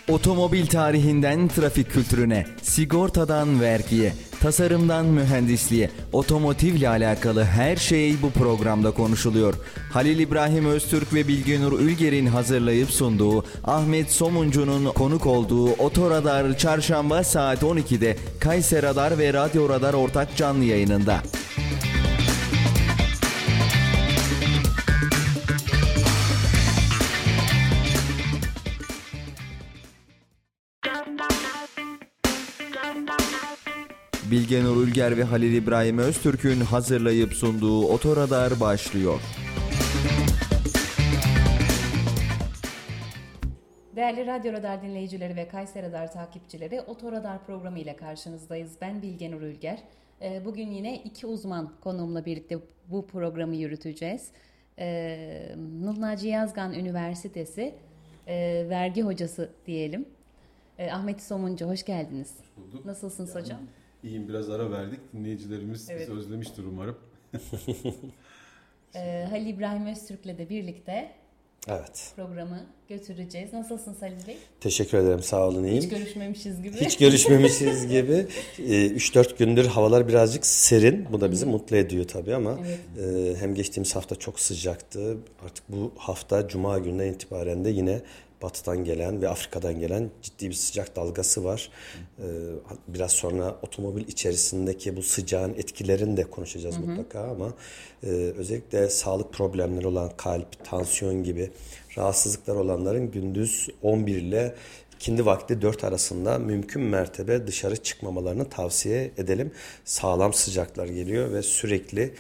Otomobil tarihinden trafik kültürüne, sigortadan vergiye, tasarımdan mühendisliğe, otomotivle alakalı her şey bu programda konuşuluyor. Halil İbrahim Öztürk ve Bilgenur Ülger'in hazırlayıp sunduğu, Ahmet Somuncu'nun konuk olduğu Otoradar Çarşamba saat 12'de Kayseri Radar ve Radyo Radar ortak canlı yayınında. Bilgenur Ülger ve Halil İbrahim Öztürk'ün hazırlayıp sunduğu Otoradar başlıyor. Değerli Radyo Radar dinleyicileri ve Kayseri Radar takipçileri, Otoradar programı ile karşınızdayız. Ben Bilgenur Ülger. Bugün yine iki uzman konuğumla birlikte bu programı yürüteceğiz. Nuh Naci Yazgan Üniversitesi vergi hocası diyelim. Ahmet Somuncu, hoş geldiniz. Hoş bulduk. Nasılsınız hocam? İyiyim, biraz ara verdik. Dinleyicilerimiz bizi özlemiştir umarım. Halil İbrahim Öztürk'le de birlikte evet, programı götüreceğiz. Nasılsınız Halil Bey? Teşekkür ederim, sağ olun, iyiyim. Hiç görüşmemişiz gibi. Hiç görüşmemişiz gibi. 3-4 gündür havalar birazcık serin. Bu da bizi mutlu ediyor tabii ama hem geçtiğimiz hafta çok sıcaktı. Artık bu hafta Cuma gününden itibaren de yine batıdan gelen ve Afrika'dan gelen ciddi bir sıcak dalgası var. Biraz sonra otomobil içerisindeki bu sıcağın etkilerini de konuşacağız mutlaka ama özellikle sağlık problemleri olan kalp, tansiyon gibi rahatsızlıklar olanların gündüz 11 ile ikindi vakti 4 arasında mümkün mertebe dışarı çıkmamalarını tavsiye edelim. Sağlam sıcaklar geliyor ve sürekli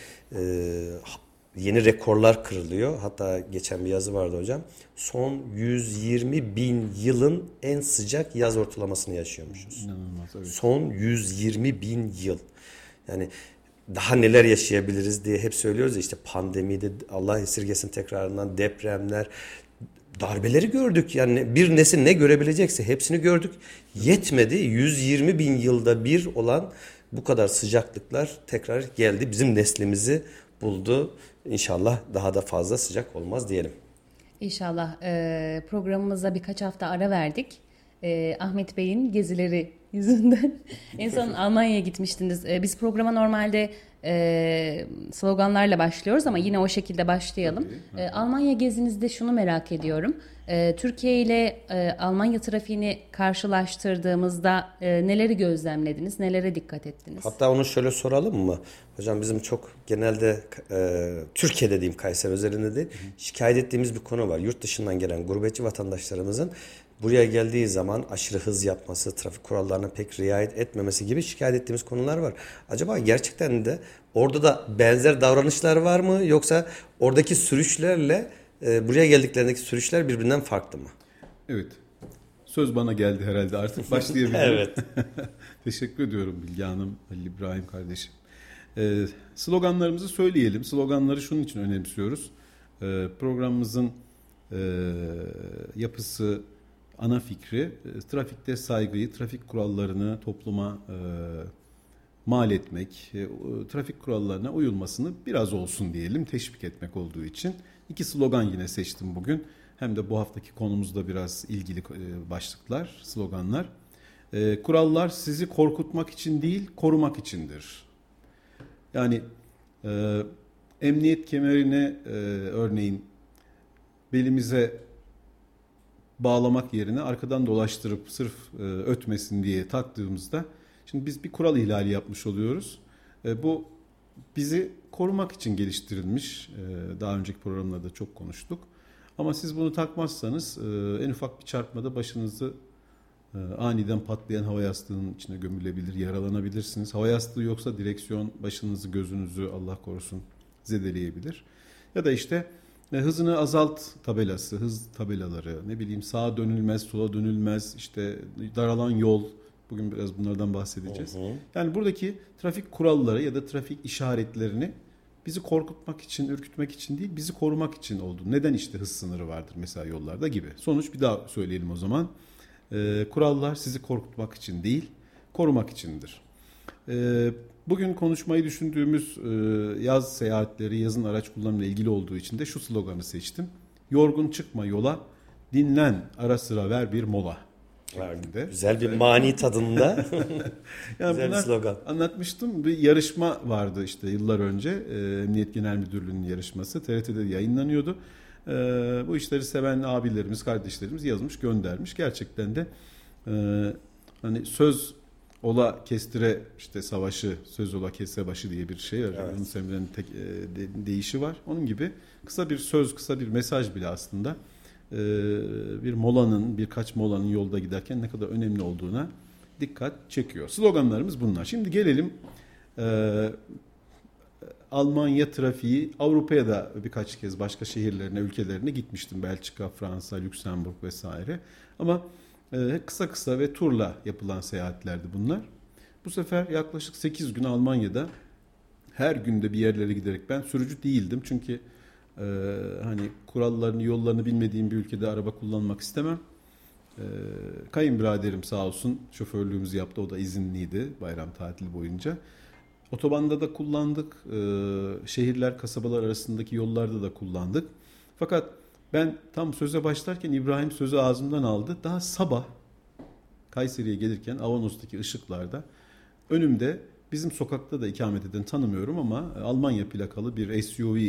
yeni rekorlar kırılıyor. Hatta geçen bir yazı vardı hocam. Son 120 bin yılın en sıcak yaz ortalamasını yaşıyormuşuz. İnanılmaz, evet. Son 120 bin yıl. Yani daha neler yaşayabiliriz diye hep söylüyoruz ya, işte pandemide, Allah esirgesin tekrarından, depremler, darbeleri gördük. Yani bir nesil ne görebilecekse hepsini gördük. Yetmedi. 120 bin yılda bir olan bu kadar sıcaklıklar tekrar geldi. Bizim neslimizi buldu. İnşallah daha da fazla sıcak olmaz diyelim. İnşallah. Programımıza birkaç hafta ara verdik. Ahmet Bey'in gezileri yüzünden. En son Almanya'ya gitmiştiniz. Biz programa normalde sloganlarla başlıyoruz ama yine o şekilde başlayalım. Almanya gezinizde şunu merak ediyorum. Türkiye ile Almanya trafiğini karşılaştırdığımızda neleri gözlemlediniz, nelere dikkat ettiniz? Hatta onu şöyle soralım mı? Hocam bizim çok genelde Türkiye dediğim Kayseri özelinde değil, şikayet ettiğimiz bir konu var. Yurt dışından gelen gurbetçi vatandaşlarımızın buraya geldiği zaman aşırı hız yapması, trafik kurallarına pek riayet etmemesi gibi şikayet ettiğimiz konular var. Acaba gerçekten de orada da benzer davranışlar var mı? Yoksa oradaki sürüşlerle buraya geldiklerindeki sürüşler birbirinden farklı mı? Evet. Söz bana geldi herhalde, artık başlayabilirim. Evet. Teşekkür ediyorum Bilge Hanım, Halil İbrahim kardeşim. Sloganlarımızı söyleyelim. Sloganları şunun için önemsiyoruz. Programımızın yapısı, ana fikri trafikte saygıyı, trafik kurallarını topluma mal etmek, trafik kurallarına uyulmasını biraz olsun diyelim, teşvik etmek olduğu için 2 slogan yine seçtim bugün. Hem de bu haftaki konumuzda biraz ilgili başlıklar, sloganlar. Kurallar sizi korkutmak için değil, korumak içindir. Yani emniyet kemerini örneğin belimize bağlamak yerine arkadan dolaştırıp sırf ötmesin diye taktığımızda, şimdi biz bir kural ihlali yapmış oluyoruz. Bu bizi korumak için geliştirilmiş. Daha önceki programlarda çok konuştuk. Ama siz bunu takmazsanız en ufak bir çarpmada başınızı aniden patlayan hava yastığının içine gömülebilir, yaralanabilirsiniz. Hava yastığı yoksa direksiyon başınızı, gözünüzü Allah korusun zedeleyebilir. Ya da işte hızını azalt tabelası, hız tabelaları, ne bileyim sağa dönülmez, sola dönülmez, işte daralan yol. Bugün biraz bunlardan bahsedeceğiz. Yani buradaki trafik kuralları ya da trafik işaretlerini bizi korkutmak için, ürkütmek için değil, bizi korumak için oldu. Neden işte hız sınırı vardır mesela yollarda gibi. Sonuç bir daha söyleyelim o zaman. Kurallar sizi korkutmak için değil, korumak içindir. Bugün konuşmayı düşündüğümüz yaz seyahatleri, yazın araç kullanımıyla ilgili olduğu için de şu sloganı seçtim. Yorgun çıkma yola, dinlen, ara sıra ver bir mola. şeklinde. Güzel bir mani tadında. Yani güzel bir slogan. Anlatmıştım. Bir yarışma vardı işte yıllar önce. Emniyet Genel Müdürlüğü'nün yarışması. TRT'de yayınlanıyordu. Bu işleri seven abilerimiz, kardeşlerimiz yazmış, göndermiş. Gerçekten de hani söz ola kestire işte savaşı, söz ola kesse başı diye bir şey var. Evet. Yunus Emre'nin deyişi var. Onun gibi kısa bir söz, kısa bir mesaj bile aslında bir molanın, birkaç molanın yolda giderken ne kadar önemli olduğuna dikkat çekiyor. Sloganlarımız bunlar. Şimdi gelelim Almanya trafiği. Avrupa'ya da birkaç kez başka şehirlerine, ülkelerine gitmiştim. Belçika, Fransa, Lüksemburg vesaire. Ama kısa kısa ve turla yapılan seyahatlerdi bunlar. Bu sefer yaklaşık 8 gün Almanya'da her günde bir yerlere giderek, ben sürücü değildim çünkü hani kurallarını, yollarını bilmediğim bir ülkede araba kullanmak istemem. Kayınbiraderim sağ olsun şoförlüğümüzü yaptı. O da izinliydi bayram tatili boyunca. Otobanda da kullandık. Şehirler, kasabalar arasındaki yollarda da kullandık. Fakat ben tam söze başlarken İbrahim sözü ağzımdan aldı. Daha sabah Kayseri'ye gelirken Avanos'taki ışıklarda önümde, bizim sokakta da ikamet eden tanımıyorum ama Almanya plakalı bir SUV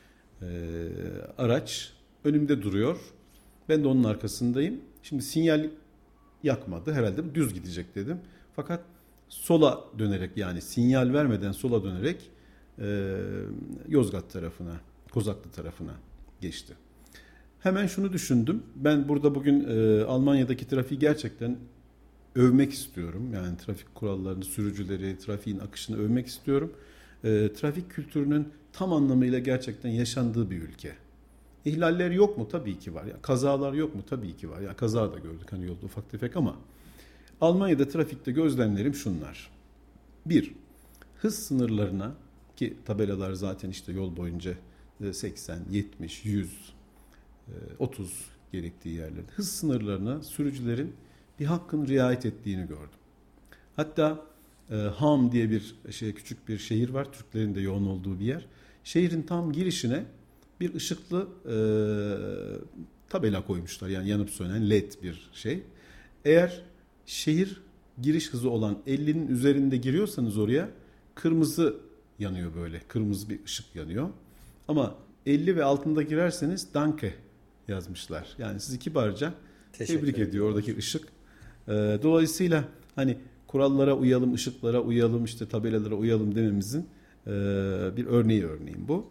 araç önümde duruyor. Ben de onun arkasındayım. Şimdi sinyal yakmadı. Herhalde düz gidecek dedim. Fakat sola dönerek, yani sinyal vermeden sola dönerek Yozgat tarafına, Kozaklı tarafına geçti. Hemen şunu düşündüm. Ben burada bugün Almanya'daki trafiği gerçekten övmek istiyorum. Yani trafik kurallarını, sürücüleri, trafiğin akışını övmek istiyorum. Trafik kültürünün tam anlamıyla gerçekten yaşandığı bir ülke. İhlaller yok mu? Tabii ki var. Yani kazalar yok mu? Tabii ki var. Yani kaza da gördük hani yolda ufak tefek ama Almanya'da trafikte gözlemlerim şunlar. 1. Hız sınırlarına, ki tabelalar zaten işte yol boyunca 80, 70, 100, 30 gerektiği yerlerde. Hız sınırlarına sürücülerin bir hakkın riayet ettiğini gördüm. Hatta Ham diye bir küçük bir şehir var. Türklerin de yoğun olduğu bir yer. Şehrin tam girişine bir ışıklı tabela koymuşlar. Yani yanıp sönen LED bir şey. Eğer şehir giriş hızı olan 50'nin üzerinde giriyorsanız oraya kırmızı yanıyor böyle. Kırmızı bir ışık yanıyor. Ama 50 ve altında girerseniz Danke yazmışlar. Yani sizi kibarca tebrik ediyor oradaki ışık. Dolayısıyla hani kurallara uyalım, ışıklara uyalım, işte tabelalara uyalım dememizin bir örneğin bu.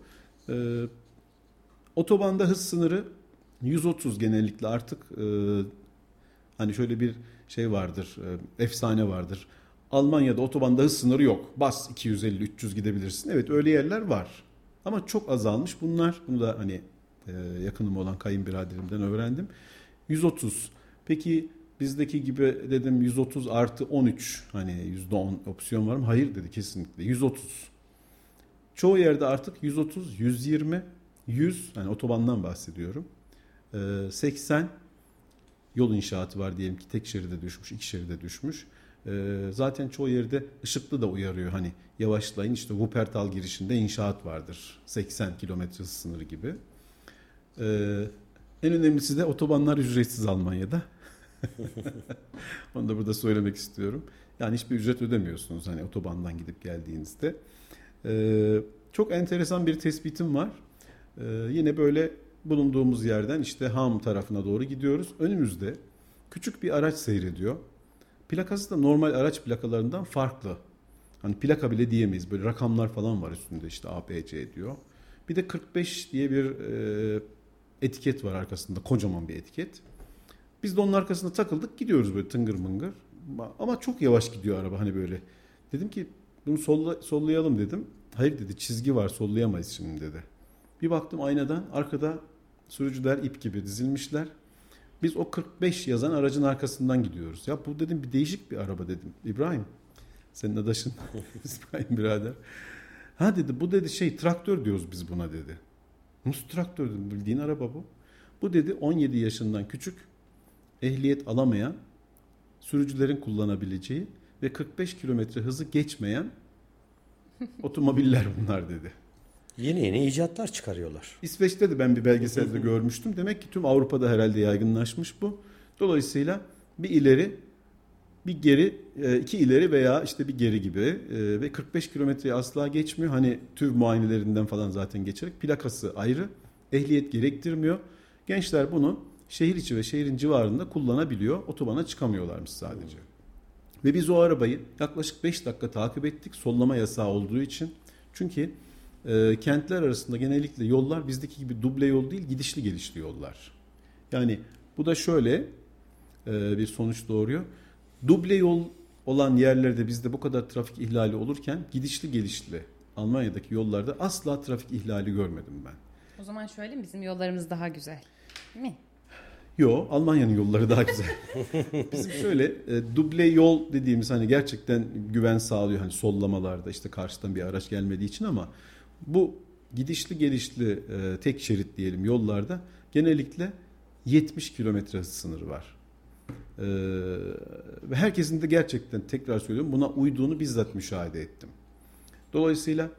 Otobanda hız sınırı 130 genellikle artık. Hani şöyle bir şey vardır, efsane vardır. Almanya'da otobanda hız sınırı yok. Bas 250-300 gidebilirsin. Evet, öyle yerler var. Ama çok azalmış bunlar. Bunu da hani yakınım olan kayınbiraderimden öğrendim. 130. Peki bizdeki gibi dedim 130 artı 13. Hani %10 opsiyon var mı? Hayır dedi, kesinlikle. 130. Çoğu yerde artık 130, 120, 100. Hani otobandan bahsediyorum. 80. Yol inşaatı var diyelim ki, tek şeride düşmüş, iki şeride düşmüş. Zaten çoğu yerde ışıklı da uyarıyor. Hani yavaşlayın, işte Wuppertal girişinde inşaat vardır. 80 kilometre sınırı gibi. En önemlisi de otobanlar ücretsiz Almanya'da. Onu da burada söylemek istiyorum. Yani hiçbir ücret ödemiyorsunuz hani otobandan gidip geldiğinizde. Çok enteresan bir tespitim var. Yine böyle bulunduğumuz yerden işte Ham tarafına doğru gidiyoruz. Önümüzde küçük bir araç seyrediyor. Plakası da normal araç plakalarından farklı. Hani plaka bile diyemeyiz. Böyle rakamlar falan var üstünde, işte ABC diyor. Bir de 45 diye bir etiket var arkasında. Kocaman bir etiket. Biz de onun arkasında takıldık, gidiyoruz böyle tıngır mıngır. Ama çok yavaş gidiyor araba hani böyle. Dedim ki bunu sollayalım dedim. Hayır dedi, çizgi var, sollayamayız şimdi dedi. Bir baktım aynadan, arkada sürücüler ip gibi dizilmişler. Biz o 45 yazan aracın arkasından gidiyoruz. Ya bu dedim bir değişik bir araba dedim. İbrahim, senin adaşın İbrahim birader. Ha dedi, bu dedi traktör diyoruz biz buna dedi. Nasıl traktör dedim, bildiğin araba bu. Bu dedi 17 yaşından küçük, ehliyet alamayan, sürücülerin kullanabileceği ve 45 kilometre hızı geçmeyen otomobiller bunlar dedi. Yeni icatlar çıkarıyorlar. İsveç'te de ben bir belgeselde görmüştüm. Demek ki tüm Avrupa'da herhalde yaygınlaşmış bu. Dolayısıyla bir ileri, bir geri, 2 ileri veya işte bir geri gibi ve 45 kilometreyi asla geçmiyor. Hani TÜV muayenelerinden falan zaten geçerek, plakası ayrı, ehliyet gerektirmiyor. Gençler bunu şehir içi ve şehrin civarında kullanabiliyor. Otobana çıkamıyorlarmış sadece. Ve biz o arabayı yaklaşık 5 dakika takip ettik, sollama yasağı olduğu için. Çünkü kentler arasında genellikle yollar bizdeki gibi duble yol değil, gidişli gelişli yollar. Yani bu da şöyle bir sonuç doğuruyor. Duble yol olan yerlerde bizde bu kadar trafik ihlali olurken gidişli gelişli Almanya'daki yollarda asla trafik ihlali görmedim ben. O zaman şöyle mi? Bizim yollarımız daha güzel. Değil mi? Yo, Almanya'nın yolları daha güzel. Bizim şöyle duble yol dediğimiz hani gerçekten güven sağlıyor hani sollamalarda işte karşıdan bir araç gelmediği için, ama bu gidişli gelişli tek şerit diyelim yollarda genellikle 70 kilometre hız sınırı var. Ve herkesin de gerçekten, tekrar söylüyorum, buna uyduğunu bizzat müşahede ettim. Dolayısıyla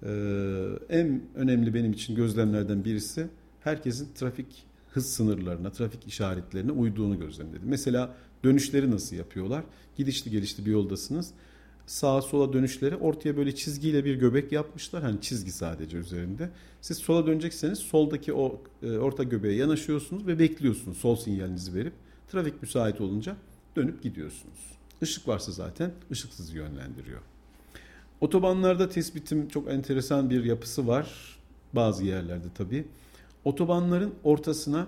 en önemli benim için gözlemlerden birisi herkesin trafik hız sınırlarına, trafik işaretlerine uyduğunu gözlemledim. Mesela dönüşleri nasıl yapıyorlar? Gidişli gelişli bir yoldasınız. Sağa sola dönüşleri ortaya böyle çizgiyle bir göbek yapmışlar. Hani çizgi sadece üzerinde. Siz sola dönecekseniz soldaki o orta göbeğe yanaşıyorsunuz ve bekliyorsunuz sol sinyalinizi verip. Trafik müsait olunca dönüp gidiyorsunuz. Işık varsa zaten ışık sizi yönlendiriyor. Otobanlarda tespitim çok enteresan bir yapısı var. Bazı yerlerde tabii. Otobanların ortasına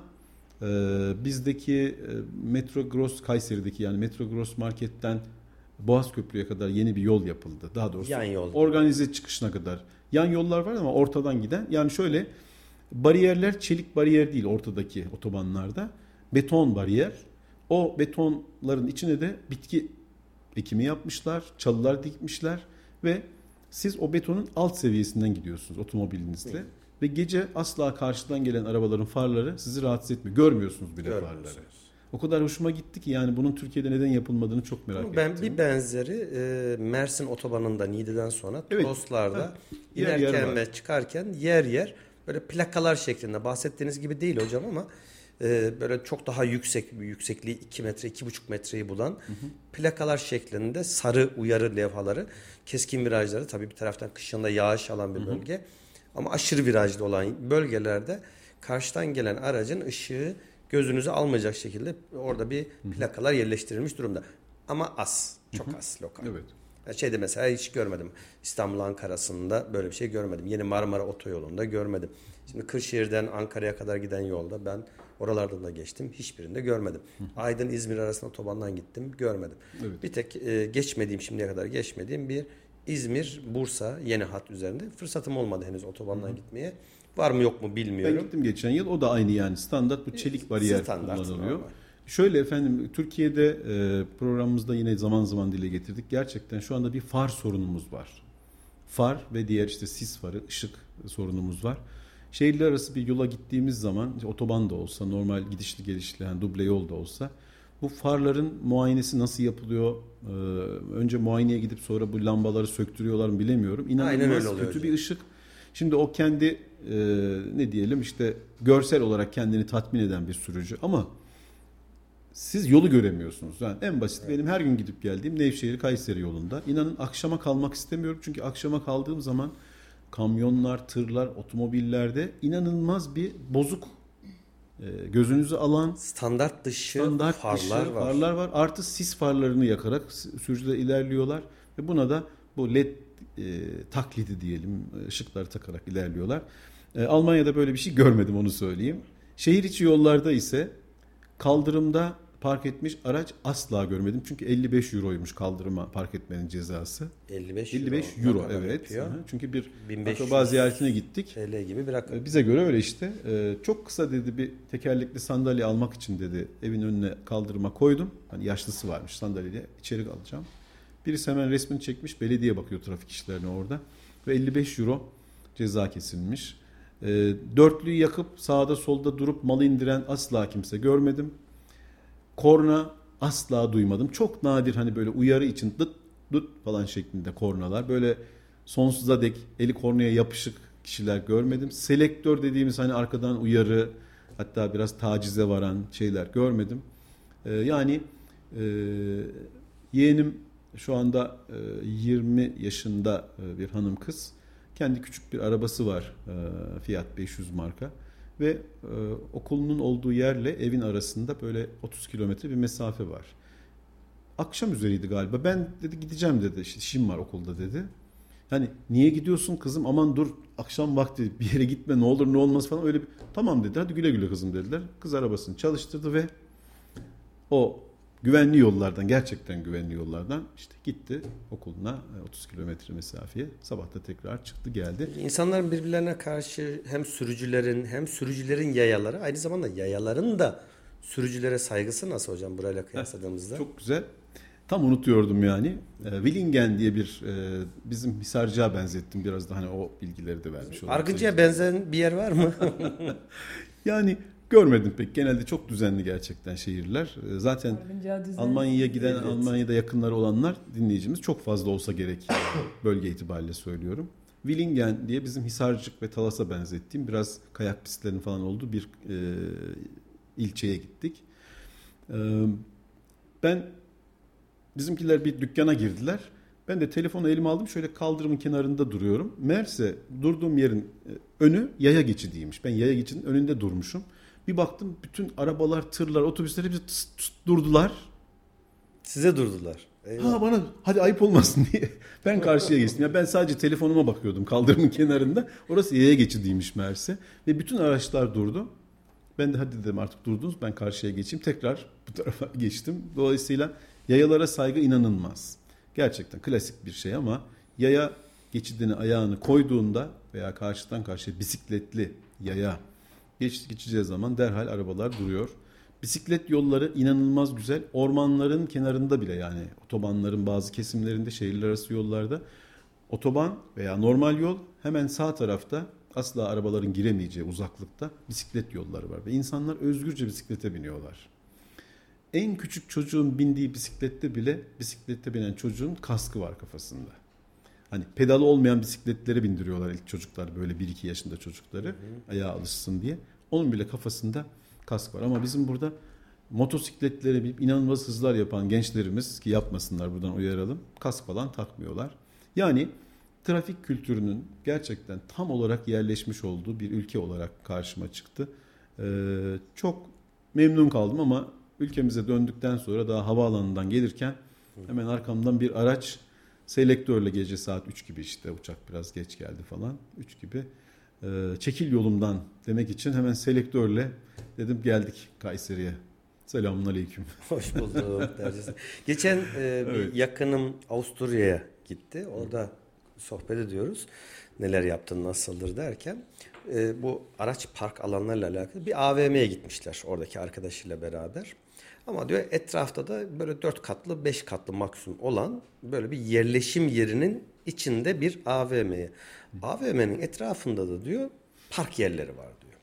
bizdeki Metro Gross Kayseri'deki, yani Metro Gross Market'ten Boğaz Köprü'ye kadar yeni bir yol yapıldı. Daha doğrusu yan yol. Organize çıkışına kadar. Yan yollar var ama ortadan giden. Yani şöyle, bariyerler çelik bariyer değil ortadaki otobanlarda. Beton bariyer. O betonların içine de bitki ekimi yapmışlar, çalılar dikmişler ve siz o betonun alt seviyesinden gidiyorsunuz otomobilinizle. Ve gece asla karşıdan gelen arabaların farları sizi rahatsız etmiyor. Görmüyorsunuz bile farları. O kadar hoşuma gitti ki yani bunun Türkiye'de neden yapılmadığını çok merak ettim. Ben bir benzeri Mersin otobanında Niğde'den sonra Toroslar'da inerken ve çıkarken yer yer böyle plakalar şeklinde, bahsettiğiniz gibi değil hocam ama böyle çok daha yüksekliği 2 metre 2,5 metreyi bulan plakalar şeklinde sarı uyarı levhaları, keskin virajları, tabii bir taraftan kışında yağış alan bir bölge ama aşırı virajlı olan bölgelerde karşıdan gelen aracın ışığı gözünüzü almayacak şekilde orada bir plakalar yerleştirilmiş durumda. Ama az, çok az lokal. Evet. Şeyde mesela hiç görmedim. İstanbul Ankara'sında böyle bir şey görmedim. Yeni Marmara Otoyolu'nda görmedim. Şimdi Kırşehir'den Ankara'ya kadar giden yolda ben oralardan da geçtim. Hiçbirinde görmedim. Aydın İzmir arasında otobandan gittim. Görmedim. Evet. Bir tek geçmediğim, şimdiye kadar geçmediğim bir İzmir Bursa yeni hat üzerinde fırsatım olmadı henüz otobandan gitmeye. Var mı yok mu bilmiyorum. Ben gittim geçen yıl. O da aynı yani. Standart bu çelik bariyer kullanılıyor. Normal. Şöyle efendim, Türkiye'de programımızda yine zaman zaman dile getirdik. Gerçekten şu anda bir far sorunumuz var. Far ve diğer işte sis farı, ışık sorunumuz var. Şehirler arası bir yola gittiğimiz zaman, otoban da olsa, normal gidişli gelişli yani duble yol da olsa, bu farların muayenesi nasıl yapılıyor? Önce muayeneye gidip sonra bu lambaları söktürüyorlar mı bilemiyorum. İnanılmaz kötü hocam. Bir ışık. Şimdi o kendi ne diyelim işte görsel olarak kendini tatmin eden bir sürücü ama siz yolu göremiyorsunuz. Yani en basit benim her gün gidip geldiğim Nevşehir Kayseri yolunda. İnanın akşama kalmak istemiyorum çünkü akşama kaldığım zaman kamyonlar, tırlar, otomobillerde inanılmaz bir bozuk, gözünüzü alan standart dışı farlar var. Artı sis farlarını yakarak sürücüler ilerliyorlar ve buna da bu LED taklidi diyelim, ışıkları takarak ilerliyorlar. Almanya'da böyle bir şey görmedim, onu söyleyeyim. Şehir içi yollarda ise kaldırımda park etmiş araç asla görmedim. Çünkü 55 euroymuş kaldırıma park etmenin cezası. 55 euro evet. Çünkü bir akraba ziyaretine gittik. TL gibi bir rakam. Bize göre öyle işte. Çok kısa dedi, bir tekerlekli sandalye almak için dedi evin önüne kaldırıma koydum. Hani yaşlısı varmış, sandalyeyle içeri alacağım. Birisi hemen resmini çekmiş. Belediye bakıyor trafik işlerine orada. Ve 55 euro ceza kesilmiş. Dörtlüyü yakıp sağda solda durup malı indiren asla kimse görmedim. Korna asla duymadım. Çok nadir hani böyle uyarı için dıt dıt falan şeklinde kornalar. Böyle sonsuza dek eli kornaya yapışık kişiler görmedim. Selektör dediğimiz hani arkadan uyarı, hatta biraz tacize varan şeyler görmedim. Yani Yeğenim şu anda 20 yaşında bir hanım kız. Kendi küçük bir arabası var, Fiat 500 marka. Ve okulunun olduğu yerle evin arasında böyle 30 kilometre bir mesafe var. Akşam üzeriydi galiba. Ben dedi gideceğim dedi. İşte işim var okulda dedi. Hani niye gidiyorsun kızım? Aman dur akşam vakti bir yere gitme ne olur ne olmaz falan öyle bir. Tamam dedi. Hadi güle güle kızım dediler. Kız arabasını çalıştırdı ve o güvenli yollardan, gerçekten güvenli yollardan işte gitti okuluna 30 kilometre mesafeye. Sabah da tekrar çıktı geldi. İnsanların birbirlerine karşı hem sürücülerin yayaları, aynı zamanda yayaların da sürücülere saygısı nasıl hocam burayla kıyasladığımızda? Çok güzel. Tam unutuyordum yani. Willingen diye bir bizim Hisarcık'a benzettim biraz da hani o bilgileri de vermiş olayım. Argıcı'ya benzeyen bir yer var mı? Yani görmedim pek. Genelde çok düzenli gerçekten şehirler. Zaten Almanya'ya giden, evet. Almanya'da yakınları olanlar dinleyicimiz çok fazla olsa gerek. Bölge itibariyle söylüyorum. Willingen diye bizim Hisarcık ve Talas'a benzettiğim biraz kayak pistlerinin falan olduğu bir ilçeye gittik. Bizimkiler bir dükkana girdiler. Ben de telefonu elime aldım. Şöyle kaldırımın kenarında duruyorum. Meğerse durduğum yerin önü yaya geçidiymiş. Ben yaya geçidinin önünde durmuşum. Bir baktım bütün arabalar, tırlar, otobüsler hepsi durdular. Size durdular. Eyvallah. Bana hadi ayıp olmasın diye. Ben karşıya geçtim. Ya ben sadece telefonuma bakıyordum kaldırımın kenarında. Orası yaya geçidiymiş meğerse. Ve bütün araçlar durdu. Ben de hadi dedim artık durdunuz ben karşıya geçeyim. Tekrar bu tarafa geçtim. Dolayısıyla yayalara saygı inanılmaz. Gerçekten klasik bir şey ama yaya geçidine ayağını koyduğunda veya karşıdan karşıya bisikletli yaya geçeceği zaman derhal arabalar duruyor. Bisiklet yolları inanılmaz güzel. Ormanların kenarında bile yani otobanların bazı kesimlerinde şehirler arası yollarda otoban veya normal yol hemen sağ tarafta asla arabaların giremeyeceği uzaklıkta bisiklet yolları var. Ve insanlar özgürce bisiklete biniyorlar. En küçük çocuğun bindiği bisiklette bile bisiklette binen çocuğun kaskı var kafasında. Hani pedalı olmayan bisikletlere bindiriyorlar ilk çocuklar böyle 1-2 yaşında çocukları ayağa alışsın diye. Onun bile kafasında kask var. Ama bizim burada motosikletlere binip inanılmaz hızlar yapan gençlerimiz ki yapmasınlar buradan uyaralım. Kask falan takmıyorlar. Yani trafik kültürünün gerçekten tam olarak yerleşmiş olduğu bir ülke olarak karşıma çıktı. Çok memnun kaldım ama ülkemize döndükten sonra daha havaalanından gelirken hemen arkamdan bir araç selektörle gece saat 3 gibi işte uçak biraz geç geldi falan 3 gibi çekil yolumdan demek için hemen selektörle dedim geldik Kayseri'ye. Selamünaleyküm. Hoş bulduk. Geçen bir yakınım Avusturya'ya gitti. Orada sohbet ediyoruz. Neler yaptın, nasıldır derken bu araç park alanlarıyla alakalı bir AVM'ye gitmişler oradaki arkadaşıyla beraber. Ama diyor etrafta da böyle 4 katlı 5 katlı maksimum olan böyle bir yerleşim yerinin içinde bir AVM'ye. AVM'nin etrafında da diyor park yerleri var diyor.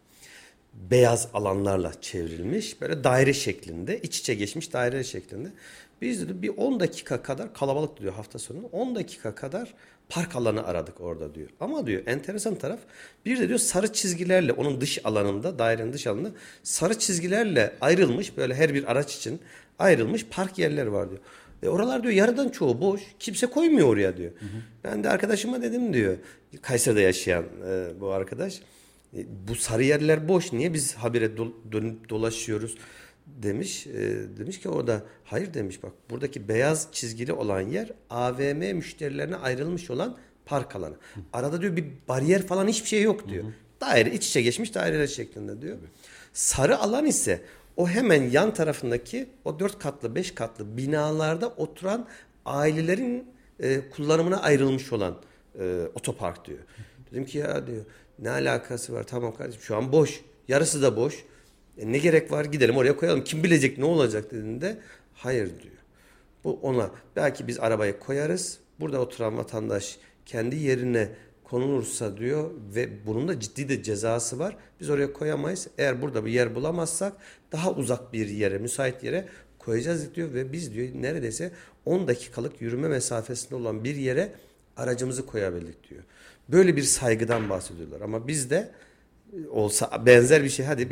Beyaz alanlarla çevrilmiş böyle daire şeklinde iç içe geçmiş daire şeklinde. Biz de bir 10 dakika kadar kalabalık diyor hafta sonu 10 dakika kadar park alanı aradık orada diyor. Ama diyor enteresan taraf bir de diyor sarı çizgilerle onun dış alanında dairenin dış alanında sarı çizgilerle ayrılmış böyle her bir araç için ayrılmış park yerleri var diyor. Oralar diyor yarıdan çoğu boş. Kimse koymuyor oraya diyor. Hı hı. Ben de arkadaşıma dedim diyor. Kayseri'de yaşayan bu arkadaş. Bu sarı yerler boş. Niye biz habire dönüp dolaşıyoruz demiş. Demiş ki orada hayır demiş bak buradaki beyaz çizgili olan yer AVM müşterilerine ayrılmış olan park alanı. Hı. Arada diyor bir bariyer falan hiçbir şey yok diyor. Hı hı. Daire iç içe geçmiş daireler şeklinde diyor. Evet. Sarı alan ise o hemen yan tarafındaki o 4 katlı 5 katlı binalarda oturan ailelerin kullanımına ayrılmış olan otopark diyor. Dedim ki ya diyor ne alakası var tamam kardeşim şu an boş yarısı da boş ne gerek var gidelim oraya koyalım kim bilecek ne olacak dediğinde hayır diyor. Bu ona belki biz arabayı koyarız burada oturan vatandaş kendi yerine konulursa diyor ve bunun da ciddi de cezası var. Biz oraya koyamayız. Eğer burada bir yer bulamazsak daha uzak bir yere, müsait yere koyacağız diyor ve biz diyor neredeyse 10 dakikalık yürüme mesafesinde olan bir yere aracımızı koyabildik diyor. Böyle bir saygıdan bahsediyorlar ama bizde olsa benzer bir şey hadi bir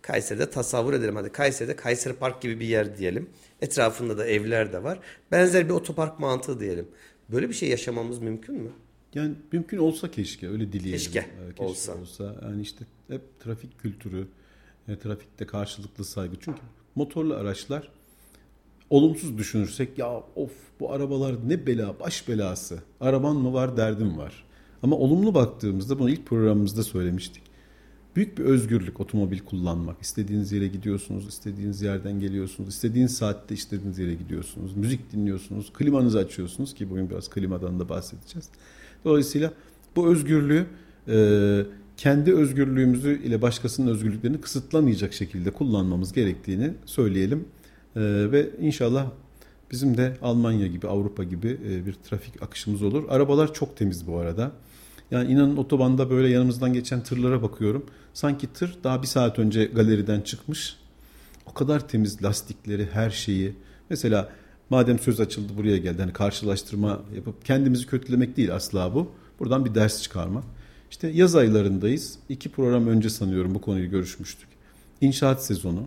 Kayseri'de tasavvur edelim. Hadi Kayseri'de Kayseri Park gibi bir yer diyelim. Etrafında da evler de var. Benzer bir otopark mantığı diyelim. Böyle bir şey yaşamamız mümkün mü? Yani mümkün olsa keşke, öyle dileyelim. Keşke olsa. Yani işte hep trafik kültürü, trafikte karşılıklı saygı. Çünkü motorlu araçlar, olumsuz düşünürsek ya of bu arabalar ne bela, baş belası. Araban mı var, derdin var. Ama olumlu baktığımızda, bunu ilk programımızda söylemiştik. Büyük bir özgürlük otomobil kullanmak. İstediğiniz yere gidiyorsunuz, istediğiniz yerden geliyorsunuz, istediğiniz saatte istediğiniz yere gidiyorsunuz. Müzik dinliyorsunuz, klimanızı açıyorsunuz ki bugün biraz klimadan da bahsedeceğiz. Dolayısıyla bu özgürlüğü kendi özgürlüğümüzü ile başkasının özgürlüklerini kısıtlamayacak şekilde kullanmamız gerektiğini söyleyelim. Ve inşallah bizim de Almanya gibi, Avrupa gibi bir trafik akışımız olur. Arabalar çok temiz bu arada. Yani inanın otobanda böyle yanımızdan geçen tırlara bakıyorum. Sanki tır daha bir saat önce galeriden çıkmış. O kadar temiz lastikleri, her şeyi. Mesela madem söz açıldı buraya geldi. Hani karşılaştırma yapıp kendimizi kötülemek değil asla bu. Buradan bir ders çıkarmak. İşte yaz aylarındayız. 2 program önce sanıyorum bu konuyu görüşmüştük. İnşaat sezonu.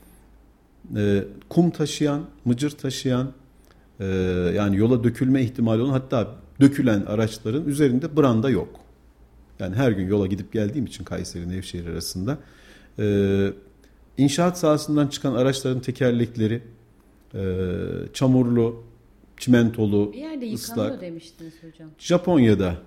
Kum taşıyan, mıcır taşıyan, yani yola dökülme ihtimali olan, hatta dökülen araçların üzerinde branda yok. Yani her gün yola gidip geldiğim için Kayseri Nevşehir arasında inşaat sahasından çıkan araçların tekerlekleri çamurlu, çimentolu, bir yerde ıslak. yıkanıyor demiştiniz hocam. Japonya'da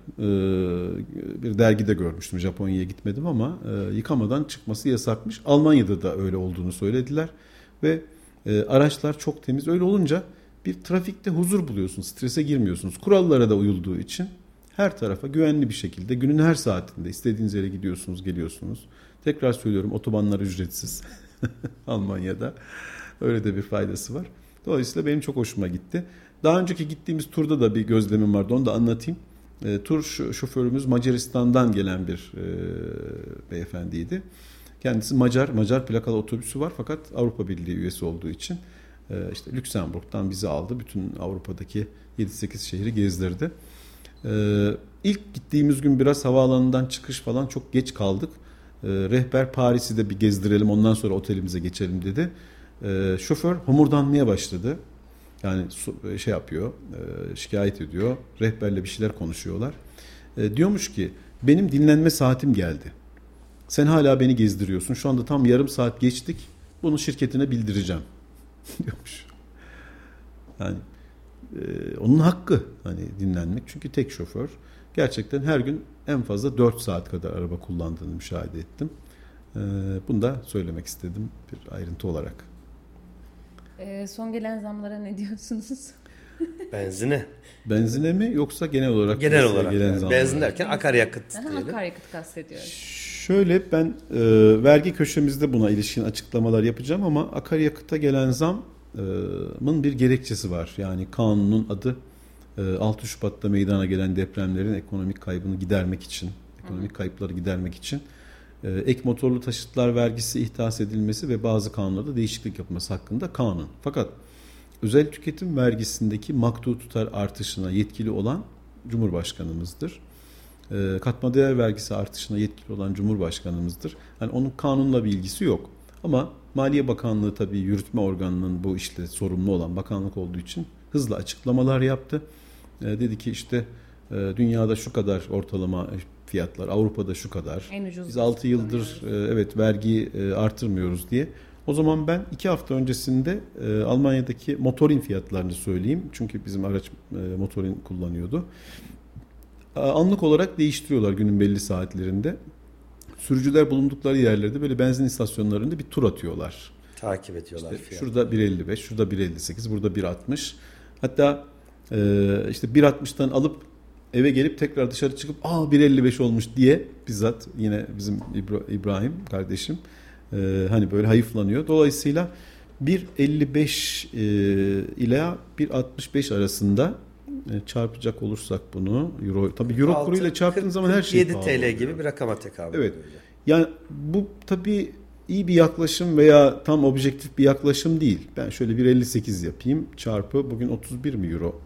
bir dergide görmüştüm. Japonya'ya gitmedim ama yıkamadan çıkması yasakmış. Almanya'da da öyle olduğunu söylediler. Ve araçlar çok temiz. Öyle olunca bir trafikte huzur buluyorsunuz. Strese girmiyorsunuz. Kurallara da uyulduğu için her tarafa güvenli bir şekilde günün her saatinde istediğiniz yere gidiyorsunuz, geliyorsunuz. Tekrar söylüyorum, otobanlar ücretsiz. Almanya'da öyle de bir faydası var. Dolayısıyla benim çok hoşuma gitti. Daha önceki gittiğimiz turda da bir gözlemim vardı. Onu da anlatayım. Tur şoförümüz Macaristan'dan gelen bir beyefendiydi. Kendisi Macar plakalı otobüsü var fakat Avrupa Birliği üyesi olduğu için işte Lüksemburg'dan bizi aldı. Bütün Avrupa'daki 7-8 şehri gezdirdi. İlk gittiğimiz gün biraz havaalanından çıkış falan çok geç kaldık. Rehber Paris'i de bir gezdirelim, ondan sonra otelimize geçelim dedi. Şoför homurdanmaya başladı. Yani şey yapıyor, şikayet ediyor. Rehberle bir şeyler konuşuyorlar. Diyormuş ki benim dinlenme saatim geldi. Sen hala beni gezdiriyorsun. Şu anda tam yarım saat geçtik. Bunu şirketine bildireceğim diyormuş. Yani onun hakkı hani dinlenmek. Çünkü tek şoför. Gerçekten her gün en fazla 4 saat kadar araba kullandığını müşahede ettim. Bunu da söylemek istedim bir ayrıntı olarak. Son gelen zamlara ne diyorsunuz? Benzine. Benzine mi yoksa genel olarak? Genel olarak. Gelen Yani. Benzin derken akaryakıt diyelim. Akaryakıt kastediyorum. Şöyle ben vergi köşemizde buna ilişkin açıklamalar yapacağım ama akaryakıta gelen zamın bir gerekçesi var. Yani kanunun adı 6 Şubat'ta meydana gelen depremlerin ekonomik kaybını gidermek için, ekonomik kayıpları gidermek için ek motorlu taşıtlar vergisi ihdas edilmesi ve bazı kanunlarda değişiklik yapılması hakkında kanun. Fakat özel tüketim vergisindeki maktu tutar artışına yetkili olan Cumhurbaşkanımızdır. Katma değer vergisi artışına yetkili olan Cumhurbaşkanımızdır. Yani onun kanunla bir ilgisi yok. Ama Maliye Bakanlığı tabii yürütme organının bu işle sorumlu olan bakanlık olduğu için hızlı açıklamalar yaptı. Dedi ki işte dünyada şu kadar ortalama fiyatlar, Avrupa'da şu kadar. Biz 6 yıldır evet vergi artırmıyoruz diye. O zaman ben 2 hafta öncesinde Almanya'daki motorin fiyatlarını söyleyeyim. Çünkü bizim araç motorin kullanıyordu. Anlık olarak değiştiriyorlar günün belli saatlerinde. Sürücüler bulundukları yerlerde böyle benzin istasyonlarında bir tur atıyorlar. Takip ediyorlar işte fiyatı. Şurada 1.55, şurada 1.58, burada 1.60. Hatta işte 1.60'tan alıp eve gelip tekrar dışarı çıkıp 1.55 olmuş diye bizzat yine bizim İbrahim kardeşim hani böyle hayıflanıyor. Dolayısıyla 1.55 ile 1.65 arasında çarpacak olursak bunu euro, tabii euro kuruyla çarptığın zaman her şey 7 pahalı TL oluyor. gibi bir rakama tekabül evet. ediyor. Yani bu tabii iyi bir yaklaşım veya tam objektif bir yaklaşım değil. Ben şöyle 1.58 yapayım. Çarpı bugün 31 mi euro?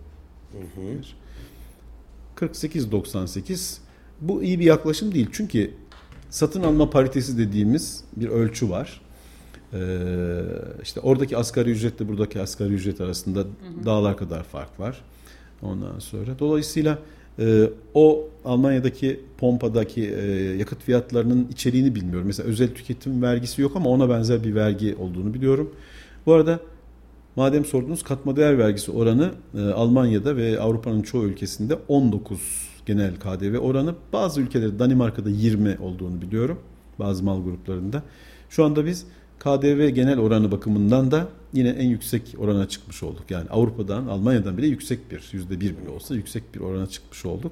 48.98. Bu iyi bir yaklaşım değil. Çünkü satın alma paritesi dediğimiz bir ölçü var. İşte oradaki asgari ücretle buradaki asgari ücret arasında dağlar kadar fark var. Ondan sonra dolayısıyla o Almanya'daki pompadaki yakıt fiyatlarının içeriğini bilmiyorum. Mesela özel tüketim vergisi yok ama ona benzer bir vergi olduğunu biliyorum. Bu arada madem sordunuz, katma değer vergisi oranı Almanya'da ve Avrupa'nın çoğu ülkesinde 19 genel KDV oranı. Bazı ülkelerde Danimarka'da 20 olduğunu biliyorum. Bazı mal gruplarında. Şu anda biz KDV genel oranı bakımından da yine en yüksek orana çıkmış olduk. Yani Avrupa'dan, Almanya'dan bile yüksek bir, %1 bile olsa yüksek bir orana çıkmış olduk.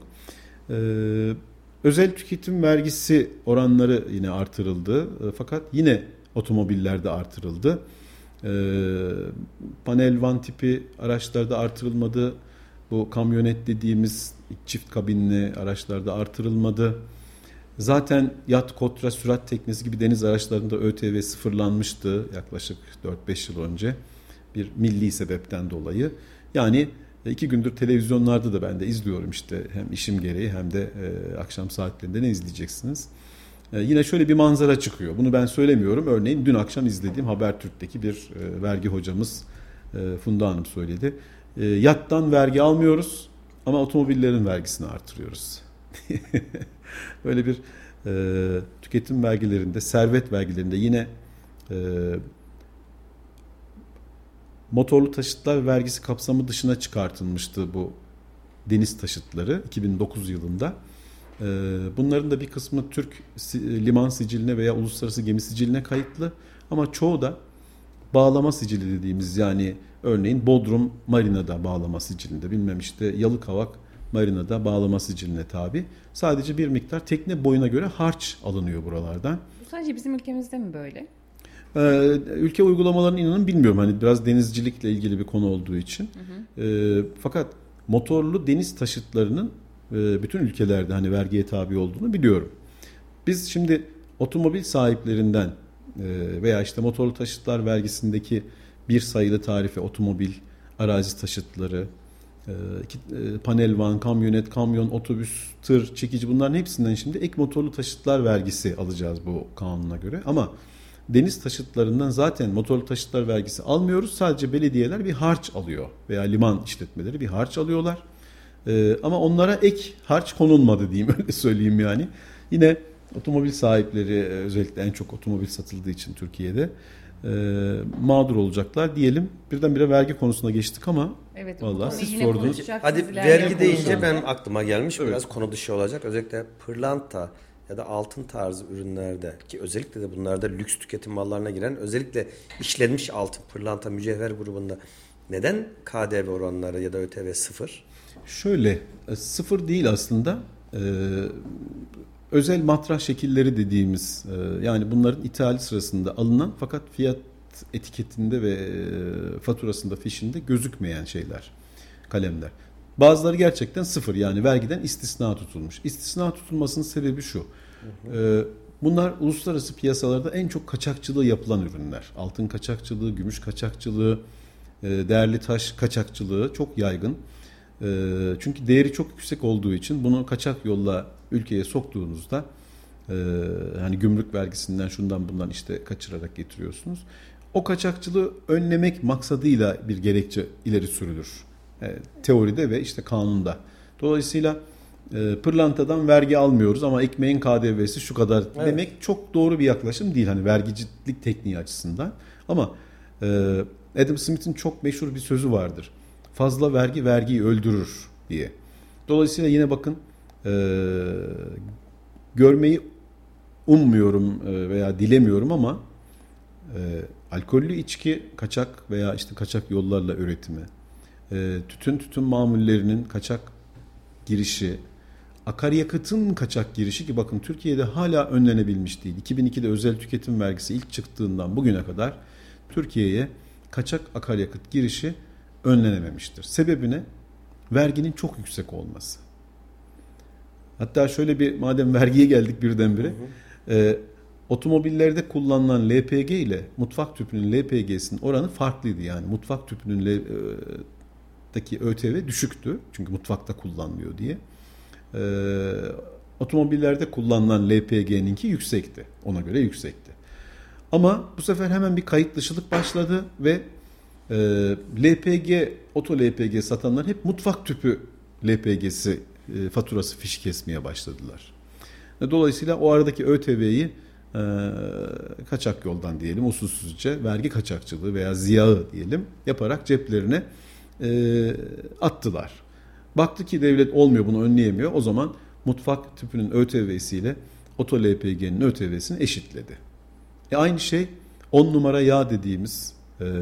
Özel tüketim vergisi oranları yine artırıldı. Fakat yine otomobillerde artırıldı. Panel van tipi araçlarda artırılmadı. Bu kamyonet dediğimiz çift kabinli araçlarda artırılmadı. Zaten yat, kotra, sürat teknesi gibi deniz araçlarında ÖTV sıfırlanmıştı yaklaşık 4-5 yıl önce bir milli sebepten dolayı. Yani 2 gündür televizyonlarda da ben de izliyorum işte hem işim gereği hem de akşam saatlerinde ne izleyeceksiniz. Yine şöyle bir manzara çıkıyor. Bunu ben söylemiyorum. Örneğin dün akşam izlediğim Habertürk'teki bir vergi hocamız Funda Hanım söyledi. Yattan vergi almıyoruz ama otomobillerin vergisini artırıyoruz. Böyle bir tüketim vergilerinde, servet vergilerinde yine motorlu taşıtlar vergisi kapsamı dışına çıkartılmıştı bu deniz taşıtları 2009 yılında. Bunların da bir kısmı Türk liman siciline veya uluslararası gemi siciline kayıtlı ama çoğu da bağlama sicili dediğimiz, yani örneğin Bodrum Marina'da bağlama sicilinde, bilmem işte Yalıkavak Marina'da bağlama siciline tabi. Sadece bir miktar tekne boyuna göre harç alınıyor buralardan. Bu sadece bizim ülkemizde mi böyle? Ülke uygulamalarını inanın bilmiyorum. Hani biraz denizcilikle ilgili bir konu olduğu için. Fakat motorlu deniz taşıtlarının bütün ülkelerde hani vergiye tabi olduğunu biliyorum. Biz şimdi otomobil sahiplerinden veya işte motorlu taşıtlar vergisindeki bir sayılı tarife, otomobil, arazi taşıtları, panel van, kamyonet, kamyon, otobüs, tır, çekici, bunların hepsinden şimdi ek motorlu taşıtlar vergisi alacağız bu kanuna göre. Ama deniz taşıtlarından zaten motorlu taşıtlar vergisi almıyoruz. Sadece belediyeler bir harç alıyor veya liman işletmeleri bir harç alıyorlar. Ama onlara ek harç konulmadı diyeyim, öyle söyleyeyim yani. Yine otomobil sahipleri, özellikle en çok otomobil satıldığı için Türkiye'de mağdur olacaklar diyelim. Birdenbire vergi konusuna geçtik ama evet, vallahi siz sordunuz. Hadi vergi deyince benim aklıma gelmiş, biraz konu dışı olacak. Özellikle pırlanta ya da altın tarzı ürünlerde, ki özellikle de bunlarda lüks tüketim mallarına giren, özellikle işlenmiş altın, pırlanta, mücevher grubunda neden KDV oranları ya da ÖTV sıfır? Şöyle, sıfır değil aslında. Özel matrah şekilleri dediğimiz, yani bunların ithali sırasında alınan fakat fiyat etiketinde ve faturasında, fişinde gözükmeyen şeyler, kalemler. Bazıları gerçekten sıfır, yani vergiden istisna tutulmuş. İstisna tutulmasının sebebi şu. Bunlar uluslararası piyasalarda en çok kaçakçılığı yapılan ürünler. Altın kaçakçılığı, gümüş kaçakçılığı, değerli taş kaçakçılığı çok yaygın. Çünkü değeri çok yüksek olduğu için bunu kaçak yolla ülkeye soktuğunuzda hani gümrük vergisinden şundan bundan işte kaçırarak getiriyorsunuz. O kaçakçılığı önlemek maksadıyla bir gerekçe ileri sürülür. Teoride ve işte kanunda. Dolayısıyla pırlantadan vergi almıyoruz ama ekmeğin KDV'si şu kadar demek çok doğru bir yaklaşım değil. Hani vergicilik tekniği açısından. Ama Adam Smith'in çok meşhur bir sözü vardır. Fazla vergi vergiyi öldürür diye. Dolayısıyla yine bakın görmeyi ummuyorum veya dilemiyorum ama alkollü içki kaçak veya işte kaçak yollarla üretimi, tütün mamullerinin kaçak girişi, akaryakıtın kaçak girişi, ki bakın Türkiye'de hala önlenebilmiş değil. 2002'de özel tüketim vergisi ilk çıktığından bugüne kadar Türkiye'ye kaçak akaryakıt girişi önlenememiştir. Sebebi ne? Verginin çok yüksek olması. Hatta şöyle bir, madem vergiye geldik birdenbire, otomobillerde kullanılan LPG ile mutfak tüpünün LPG'sinin oranı farklıydı. Yani mutfak tüpünün daki ÖTV düşüktü. Çünkü mutfakta kullanılıyor diye. Otomobillerde kullanılan LPG'ninki yüksekti. Ona göre yüksekti. Ama bu sefer hemen bir kayıt dışılık başladı ve LPG, oto LPG satanlar hep mutfak tüpü LPG'si faturası fişi kesmeye başladılar. Dolayısıyla o aradaki ÖTV'yi kaçak yoldan diyelim, usulsüzce vergi kaçakçılığı veya ziyağı diyelim yaparak ceplerine attılar. Baktı ki devlet olmuyor, bunu önleyemiyor. O zaman mutfak tüpünün ÖTV'siyle oto LPG'nin ÖTV'sini eşitledi. Aynı şey 10 numara yağ dediğimiz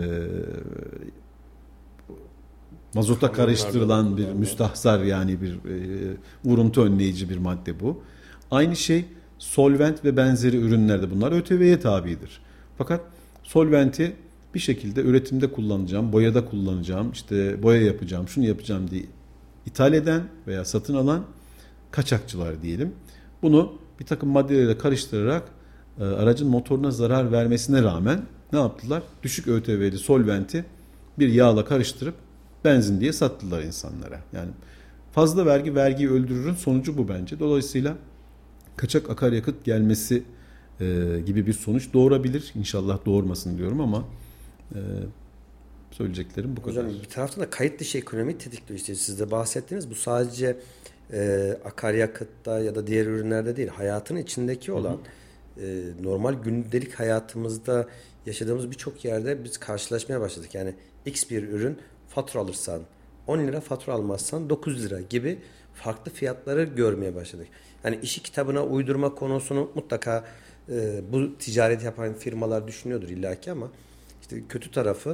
mazota karıştırılan bir müstahzar, yani bir vuruntu önleyici bir madde bu. Aynı şey solvent ve benzeri ürünlerde, bunlar ÖTV'ye tabidir. Fakat solventi bir şekilde üretimde kullanacağım, boyada kullanacağım, işte boya yapacağım, şunu yapacağım diye ithal eden veya satın alan kaçakçılar diyelim. Bunu bir takım maddelerle karıştırarak aracın motoruna zarar vermesine rağmen ne yaptılar? Düşük ÖTV'li solventi bir yağla karıştırıp benzin diye sattılar insanlara. Yani fazla vergi vergiyi öldürürün sonucu bu bence. Dolayısıyla kaçak akaryakıt gelmesi gibi bir sonuç doğurabilir. İnşallah doğurmasın diyorum ama söyleyeceklerim bu kadar. Hocam bir taraftan da kayıt dışı ekonomi tetikliyor. İşte siz de bahsettiniz. Bu sadece akaryakıtta ya da diğer ürünlerde değil. Hayatın içindeki olan normal gündelik hayatımızda yaşadığımız birçok yerde biz karşılaşmaya başladık. Yani X bir ürün fatura alırsan 10 lira, fatura almazsan 9 lira gibi farklı fiyatları görmeye başladık. Yani işi kitabına uydurma konusunu mutlaka bu ticaret yapan firmalar düşünüyordur illaki ama işte kötü tarafı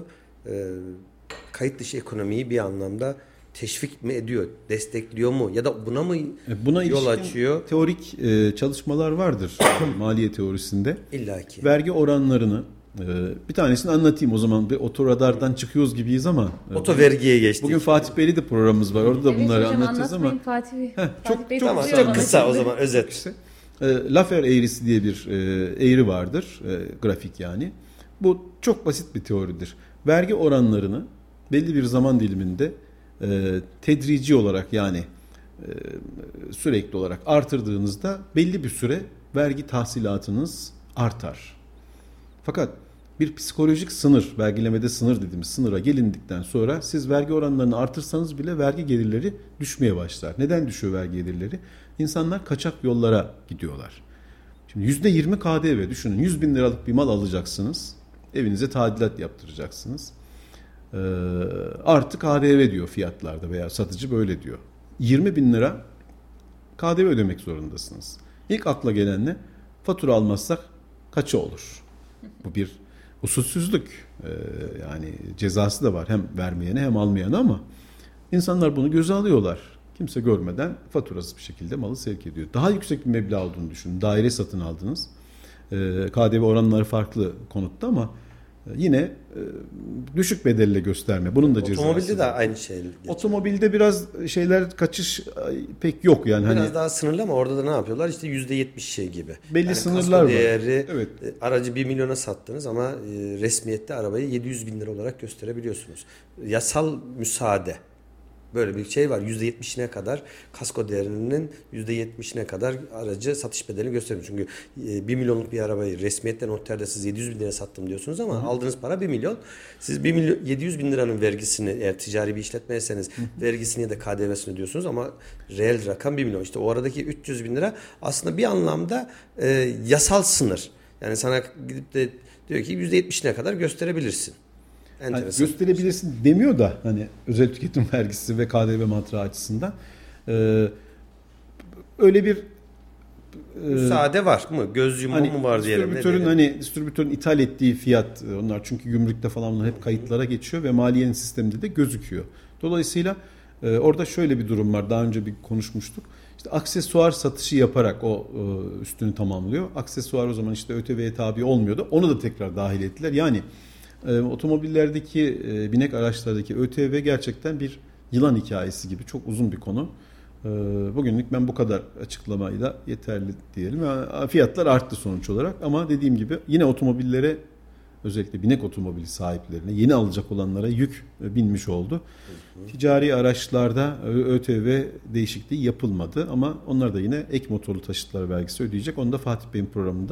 kayıt dışı ekonomiyi bir anlamda teşvik mi ediyor, destekliyor mu ya da buna mı yol açıyor? Teorik çalışmalar vardır maliye teorisinde. İllaki. Vergi oranlarını bir tanesini anlatayım o zaman. Bir otoradardan çıkıyoruz gibiyiz ama. Oto vergiye geçtik. Bugün Fatih Bey'li de programımız var. Orada da bunları hocam, anlatacağız ama. Fatih çok kısa o zaman özet. Laffer eğrisi diye bir eğri vardır. Grafik yani. Bu çok basit bir teoridir. Vergi oranlarını belli bir zaman diliminde tedrici olarak, yani sürekli olarak artırdığınızda belli bir süre vergi tahsilatınız artar. Fakat bir psikolojik sınır, vergilemede sınır dediğimiz sınıra gelindikten sonra siz vergi oranlarını artırsanız bile vergi gelirleri düşmeye başlar. Neden düşüyor vergi gelirleri? İnsanlar kaçak yollara gidiyorlar. Şimdi %20 KDV düşünün. 100 bin liralık bir mal alacaksınız. Evinize tadilat yaptıracaksınız. Artı KDV diyor fiyatlarda veya satıcı böyle diyor. 20 bin lira KDV ödemek zorundasınız. İlk akla gelen ne? Fatura almazsak kaça olur? Bu bir usulsüzlük. Yani cezası da var hem vermeyene hem almayana ama insanlar bunu göze alıyorlar. Kimse görmeden faturasız bir şekilde malı sevk ediyor. Daha yüksek bir meblağ olduğunu düşünün. Daire satın aldınız. KDV oranları farklı konutta ama yine düşük bedelle gösterme. Bunun da cezası. Otomobilde de aynı şey. Otomobilde biraz şeyler kaçış pek yok yani. Biraz hani daha sınırlı ama orada da ne yapıyorlar? İşte %70 şey gibi. Belli yani sınırlar var. Değeri, evet. Aracı 1 milyona sattınız ama resmiyette arabayı 700 bin lira olarak gösterebiliyorsunuz. Yasal müsaade. Böyle bir şey var. %70'ine kadar kasko değerinin %70'ine kadar aracı satış bedelini gösteriyor. Çünkü 1 milyonluk bir arabayı resmiyette noterde siz 700 bin liraya sattım diyorsunuz ama aldığınız para 1 milyon. Siz 700 bin liranın vergisini, eğer ticari bir işletmeyseniz vergisini ya da KDV'sini ödüyorsunuz ama reel rakam 1 milyon. İşte o aradaki 300 bin lira aslında bir anlamda yasal sınır. Yani sana gidip de diyor ki %70'ine kadar gösterebilirsin. Yani gösterebilirsin demiyor da hani özel tüketim vergisi ve KDV mantığı açısından öyle bir müsaade var mı? Göz yumu hani mu var diyelim. Distribütörün ithal ettiği fiyat, onlar çünkü gümrükte falan bunlar hep kayıtlara geçiyor ve maliyenin sisteminde de gözüküyor. Dolayısıyla orada şöyle bir durum var. Daha önce bir konuşmuştuk. İşte aksesuar satışı yaparak o üstünü tamamlıyor. Aksesuar o zaman işte ÖTV'ye tabi olmuyordu. Onu da tekrar dahil ettiler. Yani otomobillerdeki, binek araçlardaki ÖTV gerçekten bir yılan hikayesi gibi çok uzun bir konu. Bugünlük ben bu kadar açıklamayla yeterli diyelim. Fiyatlar arttı sonuç olarak ama dediğim gibi yine otomobillere, özellikle binek otomobili sahiplerine, yeni alacak olanlara yük binmiş oldu. Ticari araçlarda ÖTV değişikliği yapılmadı ama onlar da yine ek motorlu taşıtlar vergisi ödeyecek. Onu da Fatih Bey'in programında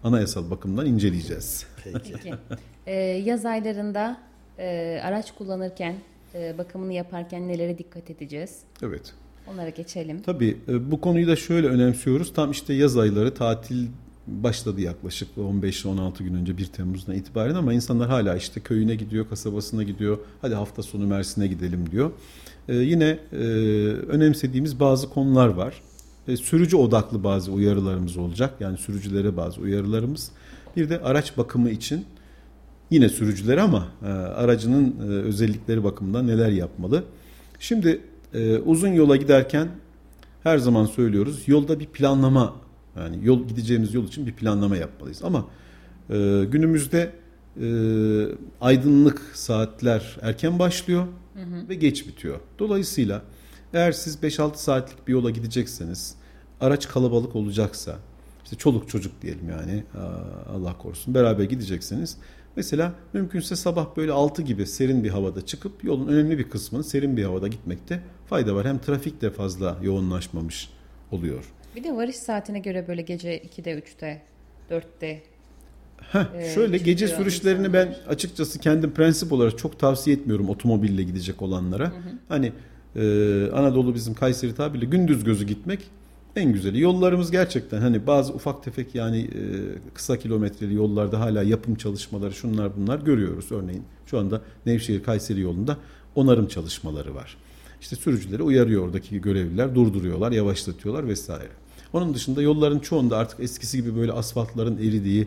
anayasal bakımdan inceleyeceğiz. Peki. Yaz aylarında araç kullanırken, bakımını yaparken nelere dikkat edeceğiz? Evet. Onlara geçelim. Tabii bu konuyu da şöyle önemsiyoruz. Tam işte yaz ayları, tatil başladı yaklaşık 15-16 gün önce 1 Temmuz'dan itibaren, ama insanlar hala işte köyüne gidiyor, kasabasına gidiyor. Hadi hafta sonu Mersin'e gidelim diyor. Yine önemsediğimiz bazı konular var. Sürücü odaklı bazı uyarılarımız olacak. Yani sürücülere bazı uyarılarımız. Bir de araç bakımı için yine sürücülere, ama aracının özellikleri bakımından neler yapmalı. Şimdi uzun yola giderken her zaman söylüyoruz, yolda bir planlama, yani gideceğimiz yol için bir planlama yapmalıyız. Ama günümüzde aydınlık saatler erken başlıyor ve geç bitiyor. Dolayısıyla eğer siz 5-6 saatlik bir yola gidecekseniz, araç kalabalık olacaksa, işte çoluk çocuk diyelim yani, Allah korusun, beraber gidecekseniz, mesela mümkünse sabah böyle 6 gibi serin bir havada çıkıp yolun önemli bir kısmını serin bir havada gitmekte fayda var. Hem trafik de fazla yoğunlaşmamış oluyor. Bir de varış saatine göre böyle gece 2'de, 3'te, 4'te şöyle gece sürüşlerini insanlar, ben açıkçası kendim prensip olarak çok tavsiye etmiyorum otomobille gidecek olanlara. Hani Anadolu bizim Kayseri tabiriyle gündüz gözü gitmek en güzeli. Yollarımız gerçekten hani bazı ufak tefek yani kısa kilometreli yollarda hala yapım çalışmaları, şunlar bunlar görüyoruz. Örneğin şu anda Nevşehir Kayseri yolunda onarım çalışmaları var. İşte sürücüleri uyarıyor oradaki görevliler, durduruyorlar, yavaşlatıyorlar vesaire. Onun dışında yolların çoğunda artık eskisi gibi böyle asfaltların eridiği,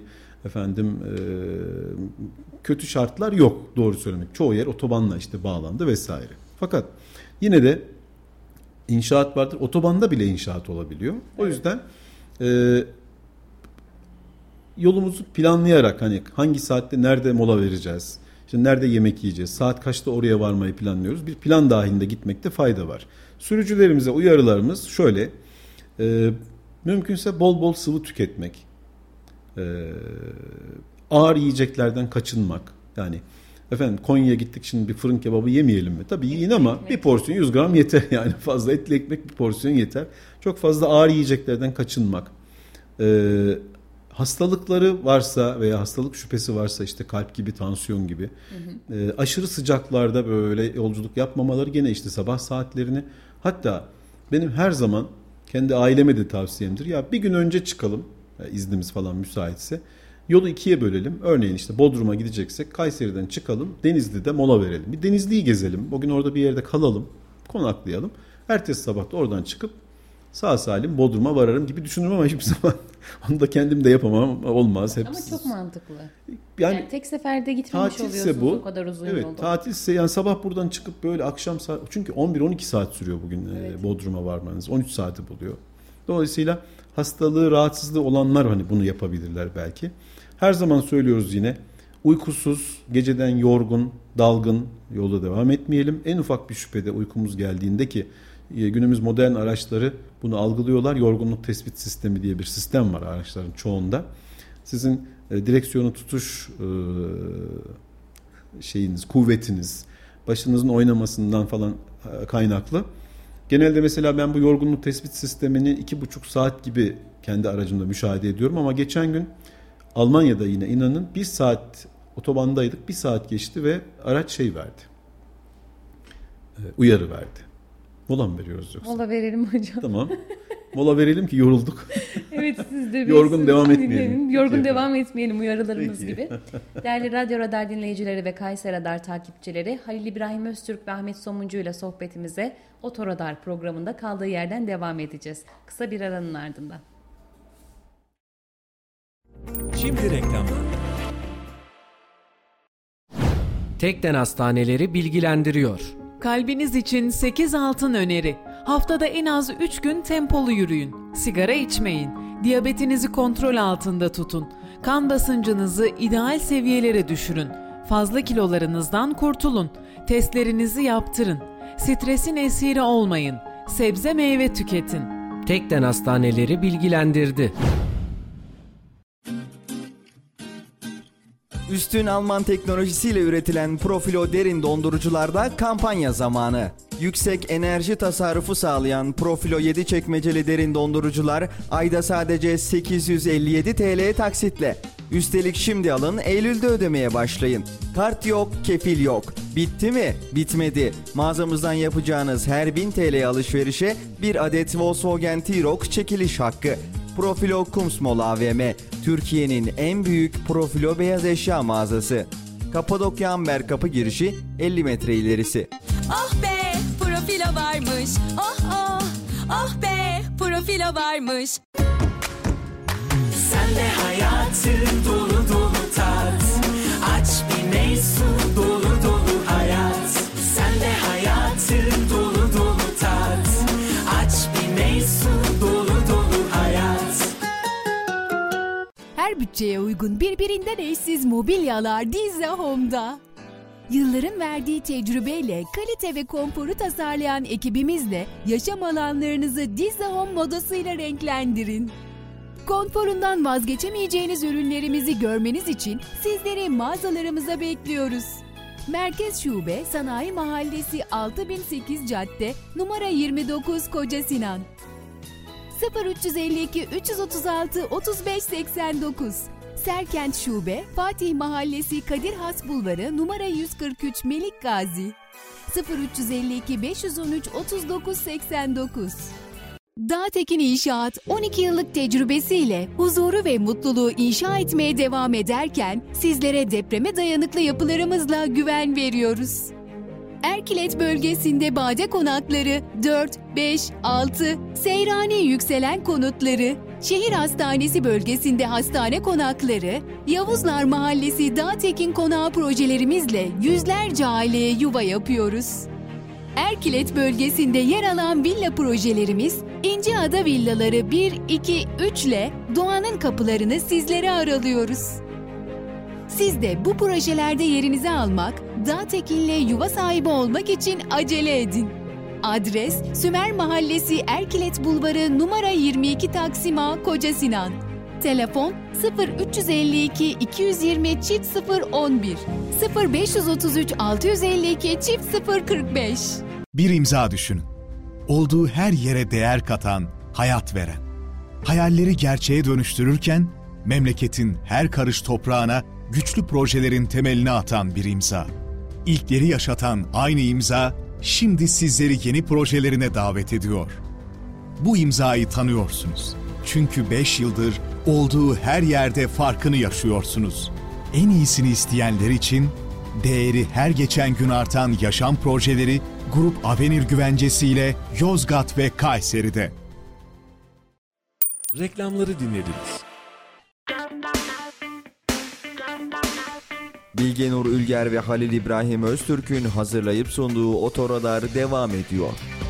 kötü şartlar yok, doğru söylemek. Çoğu yer otobanla işte bağlandı vesaire. Fakat yine de inşaat vardır. Otobanda bile inşaat olabiliyor. O yüzden yolumuzu planlayarak, hani hangi saatte nerede mola vereceğiz, işte nerede yemek yiyeceğiz, saat kaçta oraya varmayı planlıyoruz. Bir plan dahilinde gitmekte fayda var. Sürücülerimize uyarılarımız şöyle: mümkünse bol bol sıvı tüketmek, ağır yiyeceklerden kaçınmak. Yani Konya'ya gittik, şimdi bir fırın kebabı yemeyelim mi? Tabii yiyin ama bir porsiyon 100 gram yeter yani, fazla etli ekmek bir porsiyon yeter. Çok fazla ağır yiyeceklerden kaçınmak. Hastalıkları varsa veya hastalık şüphesi varsa, işte kalp gibi, tansiyon gibi, aşırı sıcaklarda böyle yolculuk yapmamaları, gene işte sabah saatlerini, hatta benim her zaman kendi aileme de tavsiyemdir. Ya bir gün önce çıkalım, iznimiz falan müsaitse. Yolu 2'ye bölelim. Örneğin işte Bodrum'a gideceksek Kayseri'den çıkalım, Denizli'de mola verelim. Bir Denizli'yi gezelim. Bugün orada bir yerde kalalım, konaklayalım. Ertesi sabah da oradan çıkıp sağ salim Bodrum'a vararım gibi düşünürüm, ama hiçbir zaman onu da kendim de yapamam, olmaz. Ama çok mantıklı. Yani tek seferde gitmemiş oluyorsunuz bu, o kadar uzun evet, yolda. Tatilse yani sabah buradan çıkıp böyle akşam saat, çünkü 11-12 saat sürüyor bugün Bodrum'a varmanız. 13 saati buluyor. Dolayısıyla hastalığı, rahatsızlığı olanlar hani bunu yapabilirler belki. Her zaman söylüyoruz yine, uykusuz, geceden yorgun, dalgın yolda devam etmeyelim. En ufak bir şüphede uykumuz geldiğinde, ki günümüz modern araçları bunu algılıyorlar. Yorgunluk tespit sistemi diye bir sistem var araçların çoğunda. Sizin direksiyonu tutuş kuvvetiniz, başınızın oynamasından falan kaynaklı. Genelde mesela ben bu yorgunluk tespit sistemini 2,5 saat gibi kendi aracımda müşahede ediyorum, ama geçen gün Almanya'da yine inanın 1 saat otobandaydık, 1 saat geçti ve araç verdi. Uyarı verdi. Mola mı veriyoruz yoksa? Mola verelim hocam. Tamam. Mola verelim ki yorulduk. Evet, siz de yorgun devam etmeyelim. Yorgun devam etmeyelim uyarılarımız gibi. Değerli Radyo Radar dinleyicileri ve Kayseri Radar takipçileri, Halil İbrahim Öztürk ve Ahmet Somuncu ile sohbetimize Otoradar programında kaldığı yerden devam edeceğiz. Kısa bir aranın ardından. Şimdi reklamlar. Tekden Hastaneleri bilgilendiriyor. Kalbiniz için 8 altın öneri. Haftada en az 3 gün tempolu yürüyün. Sigara içmeyin. Diyabetinizi kontrol altında tutun. Kan basıncınızı ideal seviyelere düşürün. Fazla kilolarınızdan kurtulun. Testlerinizi yaptırın. Stresin esiri olmayın. Sebze meyve tüketin. Tekden Hastaneleri bilgilendirdi. Üstün Alman teknolojisiyle üretilen Profilo derin dondurucularda kampanya zamanı. Yüksek enerji tasarrufu sağlayan Profilo 7 çekmeceli derin dondurucular ayda sadece 857 TL taksitle. Üstelik şimdi alın, Eylül'de ödemeye başlayın. Kart yok, kefil yok. Bitti mi? Bitmedi. Mağazamızdan yapacağınız her 1000 TL alışverişe bir adet Volkswagen T-Roc çekiliş hakkı. Profilo Kumsmol AVM, Türkiye'nin en büyük Profilo beyaz eşya mağazası. Kapadokya Amber Kapı girişi 50 metre ilerisi. Oh be, Profilo varmış. Oh oh, oh be, Profilo varmış. Sen de hayatı dolu dolu tat. Aç bir meysu dolu dolu hayat. Sen de hayatı dolu dolu tat. Aç bir meysu dolu dolu hayat. Her bütçeye uygun birbirinden eşsiz mobilyalar Dizze Home'da. Yılların verdiği tecrübeyle kalite ve konforu tasarlayan ekibimizle yaşam alanlarınızı Dizze Home modasıyla renklendirin. Konforundan vazgeçemeyeceğiniz ürünlerimizi görmeniz için sizleri mağazalarımıza bekliyoruz. Merkez Şube Sanayi Mahallesi 6008 Cadde numara 29 Koca Sinan. 0352 336 3589. Serkent Şube Fatih Mahallesi Kadir Has Bulvarı numara 143 Melik Gazi. 0352 513 3989. Dağtekin İnşaat 12 yıllık tecrübesiyle huzuru ve mutluluğu inşa etmeye devam ederken sizlere depreme dayanıklı yapılarımızla güven veriyoruz. Erkilet bölgesinde Bade Konakları 4, 5, 6, Seyrani Yükselen Konutları, Şehir Hastanesi bölgesinde hastane konakları, Yavuzlar Mahallesi Dağtekin Konağı projelerimizle yüzlerce aileye yuva yapıyoruz. Erkilet bölgesinde yer alan villa projelerimiz İnciada Villaları 1, 2, 3 ile doğanın kapılarını sizlere aralıyoruz. Siz de bu projelerde yerinizi almak, Dağtekin'le yuva sahibi olmak için acele edin. Adres Sümer Mahallesi Erkilet Bulvarı numara 22 Taksim A Koca Sinan. Telefon 0352 220 011 0533 652 045. Bir imza düşünün. Olduğu her yere değer katan, hayat veren. Hayalleri gerçeğe dönüştürürken memleketin her karış toprağına güçlü projelerin temelini atan bir imza. İlkleri yaşatan aynı imza şimdi sizleri yeni projelerine davet ediyor. Bu imzayı tanıyorsunuz. Çünkü 5 yıldır olduğu her yerde farkını yaşıyorsunuz. En iyisini isteyenler için değeri her geçen gün artan yaşam projeleri Grup Avenir güvencesiyle Yozgat ve Kayseri'de. Reklamları dinlediniz. Bilgenur Ülger ve Halil İbrahim Öztürk'ün hazırlayıp sunduğu Otoradar devam ediyor.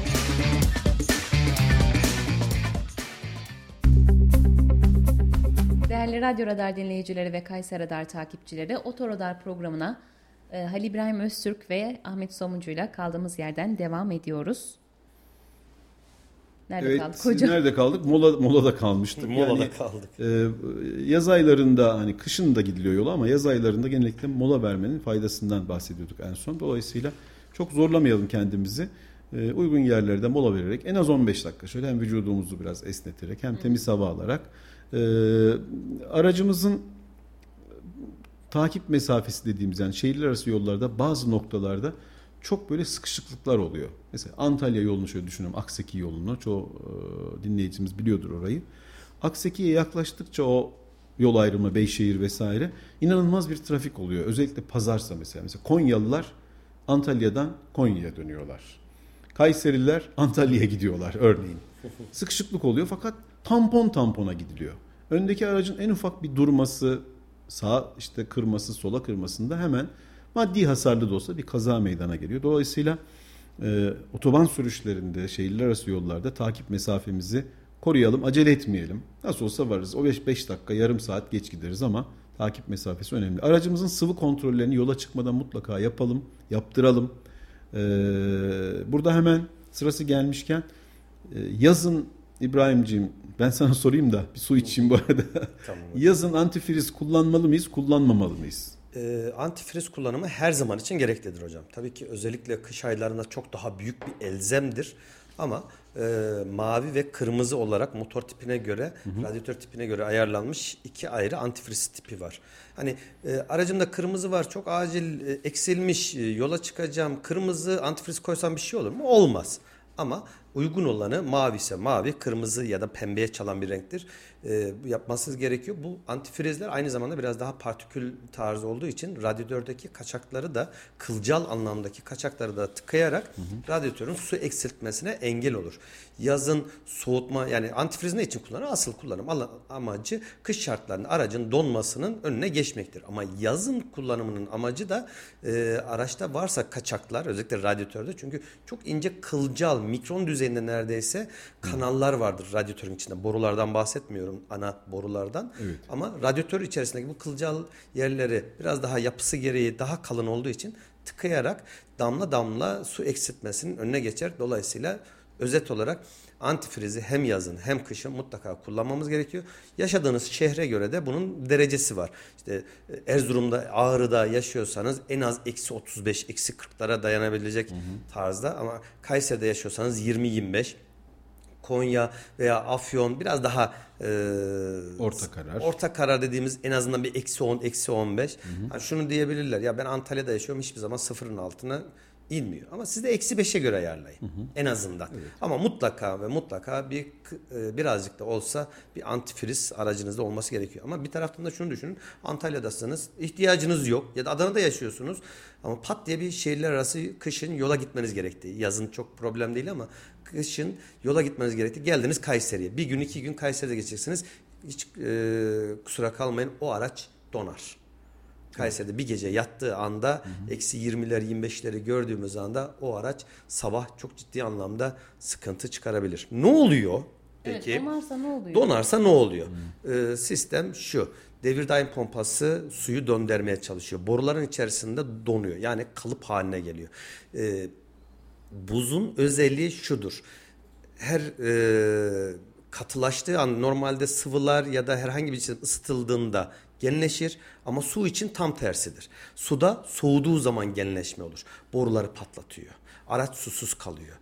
Değerli Radyo Radar dinleyicileri ve Kayseri Radar takipçileri, Otoradar programına Halil İbrahim Öztürk ve Ahmet Somuncu ile kaldığımız yerden devam ediyoruz. Nerede kaldık hocam? Nerede kaldık? Molada kalmıştık. Molada kaldık. Yaz aylarında, hani kışın da gidiliyor yola ama yaz aylarında genellikle mola vermenin faydasından bahsediyorduk en son. Dolayısıyla çok zorlamayalım kendimizi. Uygun yerlerde mola vererek en az 15 dakika şöyle hem vücudumuzu biraz esneterek hem temiz hava alarak aracımızın takip mesafesi dediğimiz, yani şehirler arası yollarda bazı noktalarda çok böyle sıkışıklıklar oluyor. Mesela Antalya yolunu şöyle düşünüyorum. Akseki yolunu. Çoğu dinleyicimiz biliyordur orayı. Akseki'ye yaklaştıkça o yol ayrımı, Beyşehir vesaire inanılmaz bir trafik oluyor. Özellikle pazarsa mesela. Mesela Konyalılar Antalya'dan Konya'ya dönüyorlar. Kayseriler Antalya'ya gidiyorlar örneğin. Sıkışıklık oluyor fakat tampona gidiliyor. Öndeki aracın en ufak bir durması, sağa işte kırması, sola kırmasında hemen maddi hasarlı da olsa bir kaza meydana geliyor. Dolayısıyla otoban sürüşlerinde, şehirler arası yollarda takip mesafemizi koruyalım, acele etmeyelim. Nasıl olsa varız. O 5 dakika, yarım saat geç gideriz ama takip mesafesi önemli. Aracımızın sıvı kontrollerini yola çıkmadan mutlaka yapalım, yaptıralım. Burada hemen sırası gelmişken yazın İbrahimciğim, ben sana sorayım da bir su içeyim bu arada. Tamam. Yazın antifriz kullanmalı mıyız, kullanmamalı mıyız? Antifriz kullanımı her zaman için gereklidir hocam. Tabii ki özellikle kış aylarında çok daha büyük bir elzemdir. Ama mavi ve kırmızı olarak motor tipine göre, radyatör tipine göre ayarlanmış 2 ayrı antifriz tipi var. Hani aracımda kırmızı var, çok acil eksilmiş, yola çıkacağım, kırmızı antifriz koysam bir şey olur mu? Olmaz. Ama uygun olanı mavi ise mavi, kırmızı ya da pembeye çalan bir renktir. Yapmanız gerekiyor. Bu antifrizler aynı zamanda biraz daha partikül tarzı olduğu için radyatördeki kaçakları da, kılcal anlamdaki kaçakları da tıkayarak radyatörün su eksiltmesine engel olur. Yazın soğutma, yani antifriz ne için kullanılır? Asıl kullanım amacı kış şartlarında aracın donmasının önüne geçmektir. Ama yazın kullanımının amacı da araçta varsa kaçaklar, özellikle radyatörde, çünkü çok ince kılcal, mikron düzeyinde neredeyse kanallar vardır radyatörün içinde. Borulardan bahsetmiyorum, ana borulardan. Evet. Ama radyatör içerisindeki bu kılcal yerleri biraz daha yapısı gereği daha kalın olduğu için tıkayarak damla damla su eksiltmesinin önüne geçer. Dolayısıyla özet olarak antifrizi hem yazın hem kışın mutlaka kullanmamız gerekiyor. Yaşadığınız şehre göre de bunun derecesi var. İşte Erzurum'da, Ağrı'da yaşıyorsanız en az -35, -40'lara dayanabilecek tarzda, ama Kayseri'de yaşıyorsanız 20-25, Konya veya Afyon biraz daha orta karar dediğimiz en azından bir -10, -15. Yani şunu diyebilirler, ya ben Antalya'da yaşıyorum, hiçbir zaman sıfırın altına inmiyor. Ama siz de -5'e göre ayarlayın en azından. Evet. Ama mutlaka ve mutlaka birazcık da olsa bir antifriz aracınızda olması gerekiyor. Ama bir taraftan da şunu düşünün. Antalya'dasınız, ihtiyacınız yok ya da Adana'da yaşıyorsunuz ama pat diye bir şehirler arası kışın yola gitmeniz gerekti. Yazın çok problem değil ama kışın yola gitmeniz gerekti. Geldiniz Kayseri'ye. Bir gün 2 gün Kayseri'de geçeceksiniz. Hiç kusura kalmayın, o araç donar. Kayseri'de bir gece yattığı anda -20'ler 25'leri gördüğümüz anda o araç sabah çok ciddi anlamda sıkıntı çıkarabilir. Ne oluyor? Peki, evet, donarsa ne oluyor? Donarsa ne oluyor? Sistem şu. Devir daim pompası suyu döndürmeye çalışıyor. Boruların içerisinde donuyor. Yani kalıp haline geliyor. Buzun özelliği şudur. Her katılaştığı an normalde sıvılar ya da herhangi bir şey ısıtıldığında genleşir, ama su için tam tersidir. Suda soğuduğu zaman genleşme olur. Boruları patlatıyor. Araç susuz kalıyor.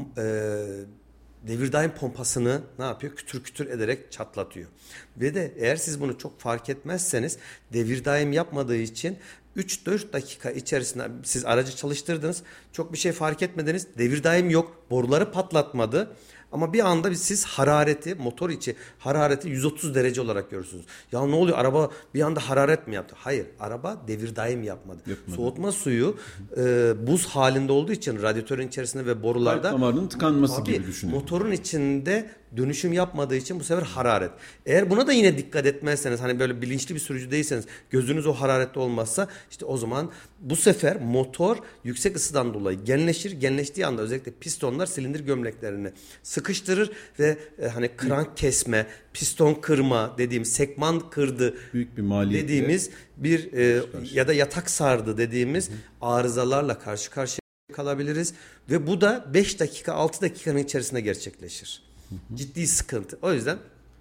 Devir daim pompasını ne yapıyor? Kütür kütür ederek çatlatıyor. Ve de eğer siz bunu çok fark etmezseniz, devir daim yapmadığı için 3-4 dakika içerisinde siz aracı çalıştırdınız, çok bir şey fark etmediniz, devir daim yok, boruları patlatmadı. Ama bir anda siz harareti, motor içi harareti 130 derece olarak görürsünüz. Ya ne oluyor, araba bir anda hararet mi yaptı? Hayır, araba devir daim yapmadı. Soğutma suyu buz halinde olduğu için radyatörün içerisinde ve borularda kalp damarının tıkanması gibi düşünün. Motorun içinde dönüşüm yapmadığı için bu sefer hararet. Eğer buna da yine dikkat etmezseniz, hani böyle bilinçli bir sürücü değilseniz, gözünüz o hararette olmazsa, işte o zaman bu sefer motor yüksek ısıdan dolayı genleşir. Genleştiği anda özellikle pistonlar silindir gömleklerini sıkıştırır ve hani krank kesme, piston kırma dediğimiz, sekman kırdı büyük bir maliyet dediğimiz bir ya da yatak sardı dediğimiz arızalarla karşı karşıya kalabiliriz ve bu da 5 dakika 6 dakikanın içerisinde gerçekleşir. Ciddi sıkıntı. O yüzden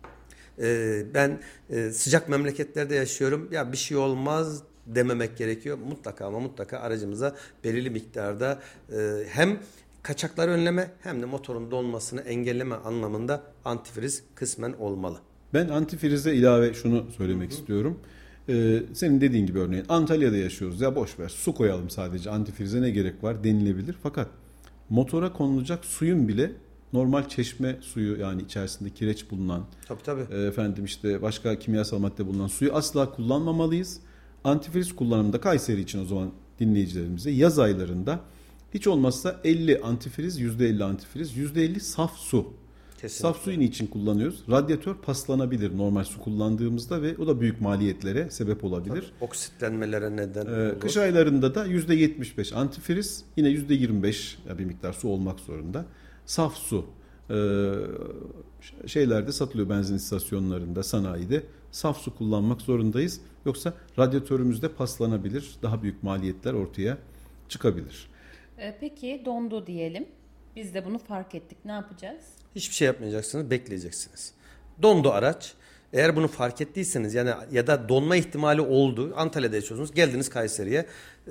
ben sıcak memleketlerde yaşıyorum. Ya bir şey olmaz dememek gerekiyor. Mutlaka ama mutlaka aracımıza belirli miktarda hem kaçakları önleme hem de motorun donmasını engelleme anlamında antifriz kısmen olmalı. Ben antifrize ilave şunu söylemek istiyorum. Senin dediğin gibi örneğin Antalya'da yaşıyoruz. Ya boş ver, su koyalım sadece, antifrize ne gerek var denilebilir. Fakat motora konulacak suyun bile normal çeşme suyu, yani içerisinde kireç bulunan, efendim işte başka kimyasal madde bulunan suyu asla kullanmamalıyız. Antifriz kullanımında Kayseri için o zaman dinleyicilerimize yaz aylarında hiç olmazsa 50 antifriz, %50 antifriz, %50 saf su. Kesinlikle. Saf suyu niçin kullanıyoruz? Radyatör paslanabilir normal su kullandığımızda ve o da büyük maliyetlere sebep olabilir. Tabii, oksitlenmelere neden olur. Kış aylarında da %75 antifriz, yine %25 bir miktar su olmak zorunda. Saf su şeylerde satılıyor, benzin istasyonlarında, sanayide saf su kullanmak zorundayız. Yoksa radyatörümüzde paslanabilir, daha büyük maliyetler ortaya çıkabilir. Peki dondu diyelim. Biz de bunu fark ettik. Ne yapacağız? Hiçbir şey yapmayacaksınız, bekleyeceksiniz. Dondu araç. Eğer bunu fark ettiyseniz yani ya da donma ihtimali oldu. Antalya'da yaşıyorsunuz. Geldiniz Kayseri'ye.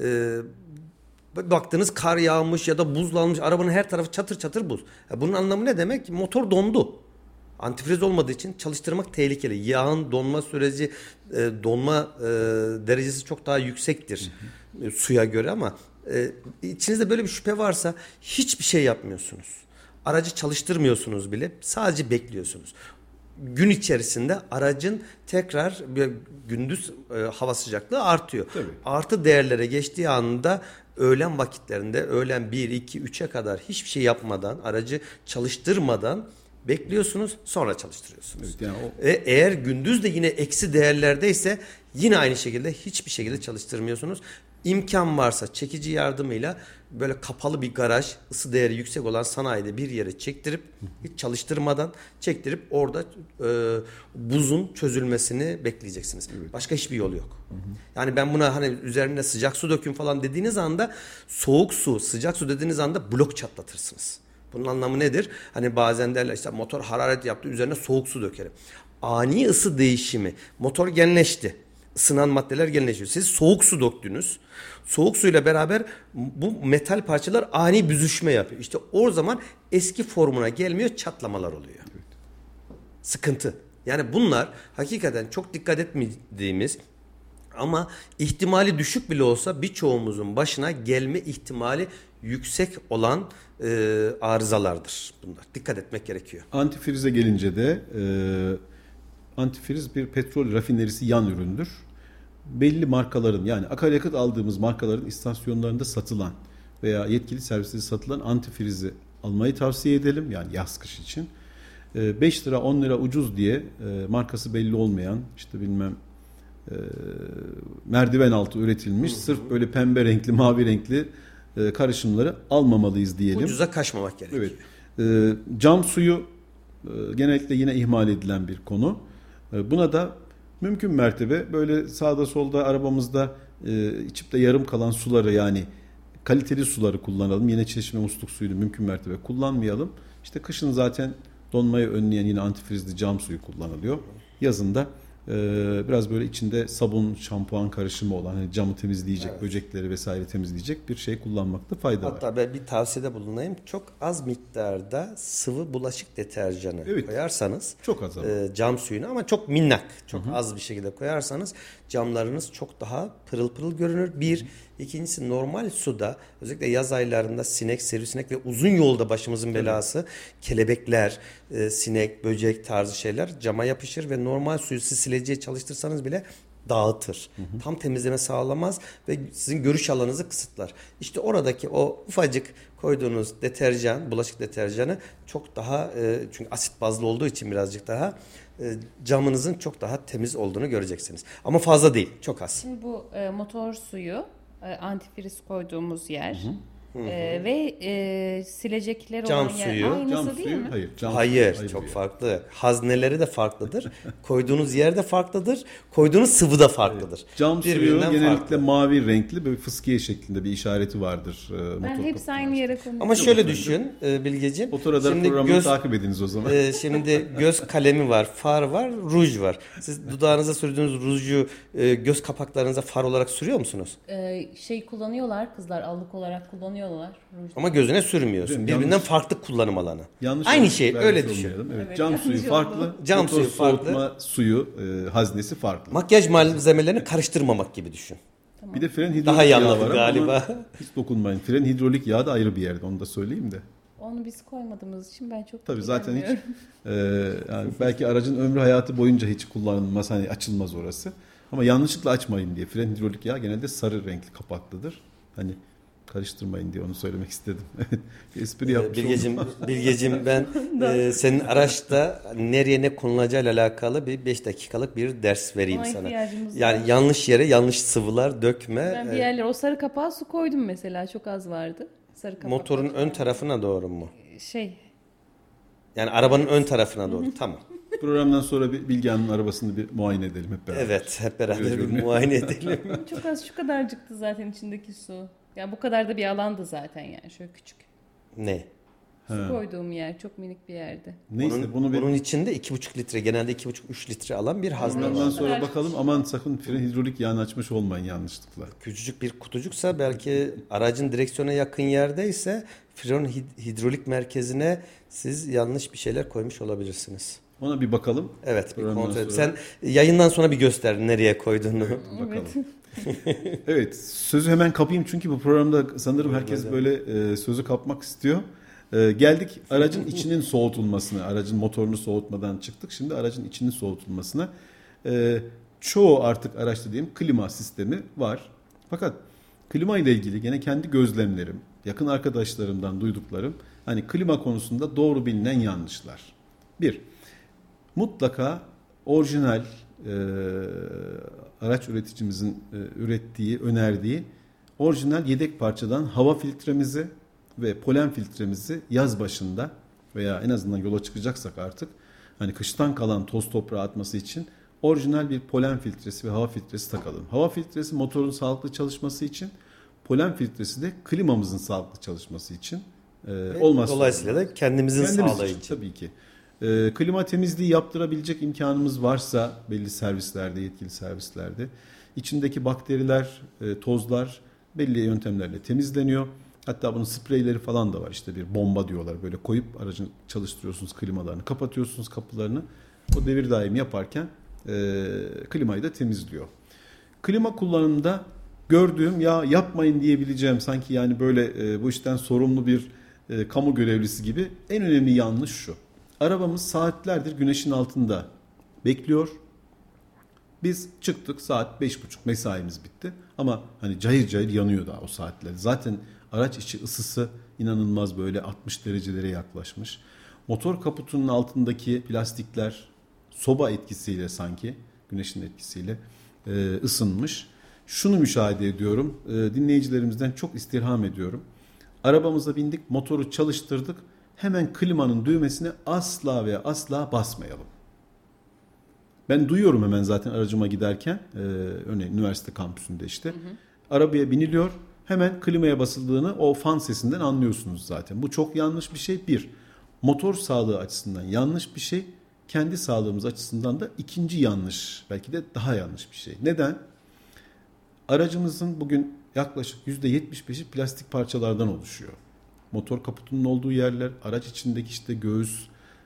Baktınız kar yağmış ya da buzlanmış. Arabanın her tarafı çatır çatır buz. Bunun anlamı ne demek? Motor dondu. Antifriz olmadığı için çalıştırmak tehlikeli. Yağın donma süreci, donma derecesi çok daha yüksektir suya göre ama içinizde böyle bir şüphe varsa hiçbir şey yapmıyorsunuz. Aracı çalıştırmıyorsunuz bile. Sadece bekliyorsunuz. Gün içerisinde aracın tekrar gündüz hava sıcaklığı artıyor. Tabii. Artı değerlere geçtiği anda öğlen vakitlerinde öğlen 1, 2, 3'e kadar hiçbir şey yapmadan aracı çalıştırmadan bekliyorsunuz sonra çalıştırıyorsunuz. Evet, yani Eğer gündüz de yine eksi değerlerdeyse yine aynı şekilde hiçbir şekilde çalıştırmıyorsunuz. İmkan varsa çekici yardımıyla böyle kapalı bir garaj ısı değeri yüksek olan sanayide bir yere çektirip hiç çalıştırmadan çektirip orada buzun çözülmesini bekleyeceksiniz. Evet. Başka hiçbir yol yok. Yani ben buna hani üzerine sıcak su dökün falan dediğiniz anda soğuk su, sıcak su dediğiniz anda blok çatlatırsınız. Bunun anlamı nedir? Hani bazen derler işte motor hararet yaptı üzerine soğuk su dökerim. Ani ısı değişimi. Motor genleşti. Isınan maddeler genleşiyor. Siz soğuk su döktünüz. Soğuk suyla beraber bu metal parçalar ani büzüşme yapıyor. İşte o zaman eski formuna gelmiyor, çatlamalar oluyor. Evet. Sıkıntı. Yani bunlar hakikaten çok dikkat etmediğimiz ama ihtimali düşük bile olsa birçoğumuzun başına gelme ihtimali yüksek olan arızalardır bunlar. Dikkat etmek gerekiyor. Antifrize gelince de antifriz bir petrol rafinerisi yan üründür. Belli markaların yani akaryakıt aldığımız markaların istasyonlarında satılan veya yetkili serviste satılan antifrizi almayı tavsiye edelim. Yani yaz kış için. 5 lira 10 lira ucuz diye markası belli olmayan işte bilmem merdiven altı üretilmiş sırf böyle pembe renkli mavi renkli karışımları almamalıyız diyelim. Ucuza kaçmamak gerekiyor. Evet. Cam suyu genellikle yine ihmal edilen bir konu. Buna da mümkün mertebe böyle sağda solda arabamızda içip de yarım kalan suları yani kaliteli suları kullanalım. Yine çeşme musluk suyunu mümkün mertebe kullanmayalım. İşte kışın zaten donmayı önleyen yine antifrizli cam suyu kullanılıyor. Yazın da biraz böyle içinde sabun, şampuan karışımı olan hani camı temizleyecek, evet, böcekleri vesaire temizleyecek bir şey kullanmakta fayda var. Hatta ben bir tavsiyede bulunayım. Çok az miktarda sıvı bulaşık deterjanı koyarsanız çok az cam suyunu ama çok minnak, çok az bir şekilde koyarsanız camlarınız çok daha pırıl pırıl görünür. Bir, ikincisi normal suda özellikle yaz aylarında sinek, sivrisinek ve uzun yolda başımızın belası kelebekler, sinek, böcek tarzı şeyler cama yapışır ve normal suyu siz sileceği çalıştırsanız bile dağıtır. Tam temizleme sağlamaz ve sizin görüş alanınızı kısıtlar. İşte oradaki o ufacık koyduğunuz deterjan, bulaşık deterjanı çok daha çünkü asit bazlı olduğu için birazcık daha camınızın çok daha temiz olduğunu göreceksiniz. Ama fazla değil, çok az. Şimdi bu motor suyu antifriz koyduğumuz yer ve silecekler cam olan suyu, yer aynısı cam değil suyu, mi? Hayır, çok farklı. Hazneleri de farklıdır. Koyduğunuz yer de farklıdır. Koyduğunuz sıvı da farklıdır. Evet. Cam suyu genellikle mavi renkli böyle fıskiye şeklinde bir işareti vardır. Ben hepsi aynı yere konuyorum. Ama şöyle düşün Bilgeciğim. Otoradar programını takip ediniz o zaman. Şimdi göz kalemi var, far var, ruj var. Siz dudağınıza sürdüğünüz ruju göz kapaklarınıza far olarak sürüyor musunuz? Kullanıyorlar kızlar, allık olarak kullanıyorlar. Ama gözüne sürmüyorsun. Birbirinden farklı kullanım alanı. Yanlış aynı şey, öyle düşün. Evet, cam suyu farklı, cam suyu soğutma farklı, suyu haznesi farklı. Makyaj malzemelerini karıştırmamak gibi düşün. Bir de fren hidrolik daha yağı var galiba. Hiç dokunmayın. Fren hidrolik yağı da ayrı bir yerde. Onu da söyleyeyim de. Onu biz koymadığımız için ben çok tabii zaten hiç yani belki aracın ömrü hayatı boyunca hiç kullanılmaz, hani açılmaz orası. Ama yanlışlıkla açmayın diye fren hidrolik yağı genelde sarı renkli kapaklıdır. Hani karıştırmayın diye onu söylemek istedim. Espri yapmış Bilgeciğim ben senin araçta nereye ne konulacağıyla alakalı bir 5 dakikalık bir ders vereyim ona sana. Yani var. Yanlış yere yanlış sıvılar dökme. Ben bir yerlere o sarı kapağa su koydum mesela, çok az vardı. Sarı kapak. Motorun ön tarafına doğru mu? Yani arabanın ön tarafına doğru. Tamam. Programdan sonra Bilge Hanım'ın arabasını bir muayene edelim hep beraber. Evet, hep beraber bir muayene edelim. Çok az, şu kadarcıktı zaten içindeki su. Ya bu kadar da bir alandı zaten yani, şöyle küçük. Ne? Su koyduğum yer çok minik bir yerde. Neyse bunun içinde 2,5 litre, genelde 2,5-3 litre alan bir hazne Ondan var. sonra bakalım, aman sakın fren hidrolik yağını açmış olmayın yanlışlıkla. Küçücük bir kutucuksa, belki aracın direksiyona yakın yerdeyse fren hidrolik merkezine siz yanlış bir şeyler koymuş olabilirsiniz. Ona bir bakalım. Evet, bir kontrol et. Sen yayından sonra bir göster nereye koyduğunu. Bakalım. Evet, sözü hemen kapayım çünkü bu programda sanırım herkes böyle sözü kapmak istiyor. Geldik aracın içinin soğutulmasına, aracın motorunu soğutmadan çıktık. Şimdi aracın içinin soğutulmasına. Çoğu artık araçta diyeyim klima sistemi var. Fakat klima ile ilgili gene kendi gözlemlerim, yakın arkadaşlarımdan duyduklarım, hani klima konusunda doğru bilinen yanlışlar. Bir, mutlaka orijinal araç üreticimizin ürettiği, önerdiği orijinal yedek parçadan hava filtremizi ve polen filtremizi yaz başında veya en azından yola çıkacaksak artık hani kıştan kalan toz toprağı atması için orijinal bir polen filtresi ve hava filtresi takalım. Hava filtresi motorun sağlıklı çalışması için, polen filtresi de klimamızın sağlıklı çalışması için olmaz. Dolayısıyla da kendimiz sağlığı için. Tabii ki. Klima temizliği yaptırabilecek imkanımız varsa belli servislerde, yetkili servislerde içindeki bakteriler, tozlar belli yöntemlerle temizleniyor. Hatta bunun spreyleri falan da var. İşte bir bomba diyorlar. Böyle koyup aracın çalıştırıyorsunuz klimalarını, kapatıyorsunuz kapılarını. O devir daim yaparken klimayı da temizliyor. Klima kullanımında gördüğüm, ya yapmayın diyebileceğim sanki yani böyle bu işten sorumlu bir kamu görevlisi gibi en önemli yanlış şu. Arabamız saatlerdir güneşin altında bekliyor. Biz çıktık, saat 5.30, mesaimiz bitti. Ama hani cayır cayır yanıyor daha o saatler. Zaten araç içi ısısı inanılmaz, böyle 60 derecelere yaklaşmış. Motor kaputunun altındaki plastikler soba etkisiyle, sanki güneşin etkisiyle ısınmış. Şunu müşahede ediyorum. Dinleyicilerimizden çok istirham ediyorum. Arabamıza bindik, motoru çalıştırdık. Hemen klimanın düğmesine asla ve asla basmayalım. Ben duyuyorum hemen zaten aracıma giderken, örneğin üniversite kampüsünde işte. Arabaya biniliyor, hemen klimaya basıldığını o fan sesinden anlıyorsunuz zaten. Bu çok yanlış bir şey. Bir, motor sağlığı açısından yanlış bir şey. Kendi sağlığımız açısından da ikinci yanlış, belki de daha yanlış bir şey. Neden? Aracımızın bugün yaklaşık %75'i plastik parçalardan oluşuyor. Motor kaputunun olduğu yerler, araç içindeki işte göğüs,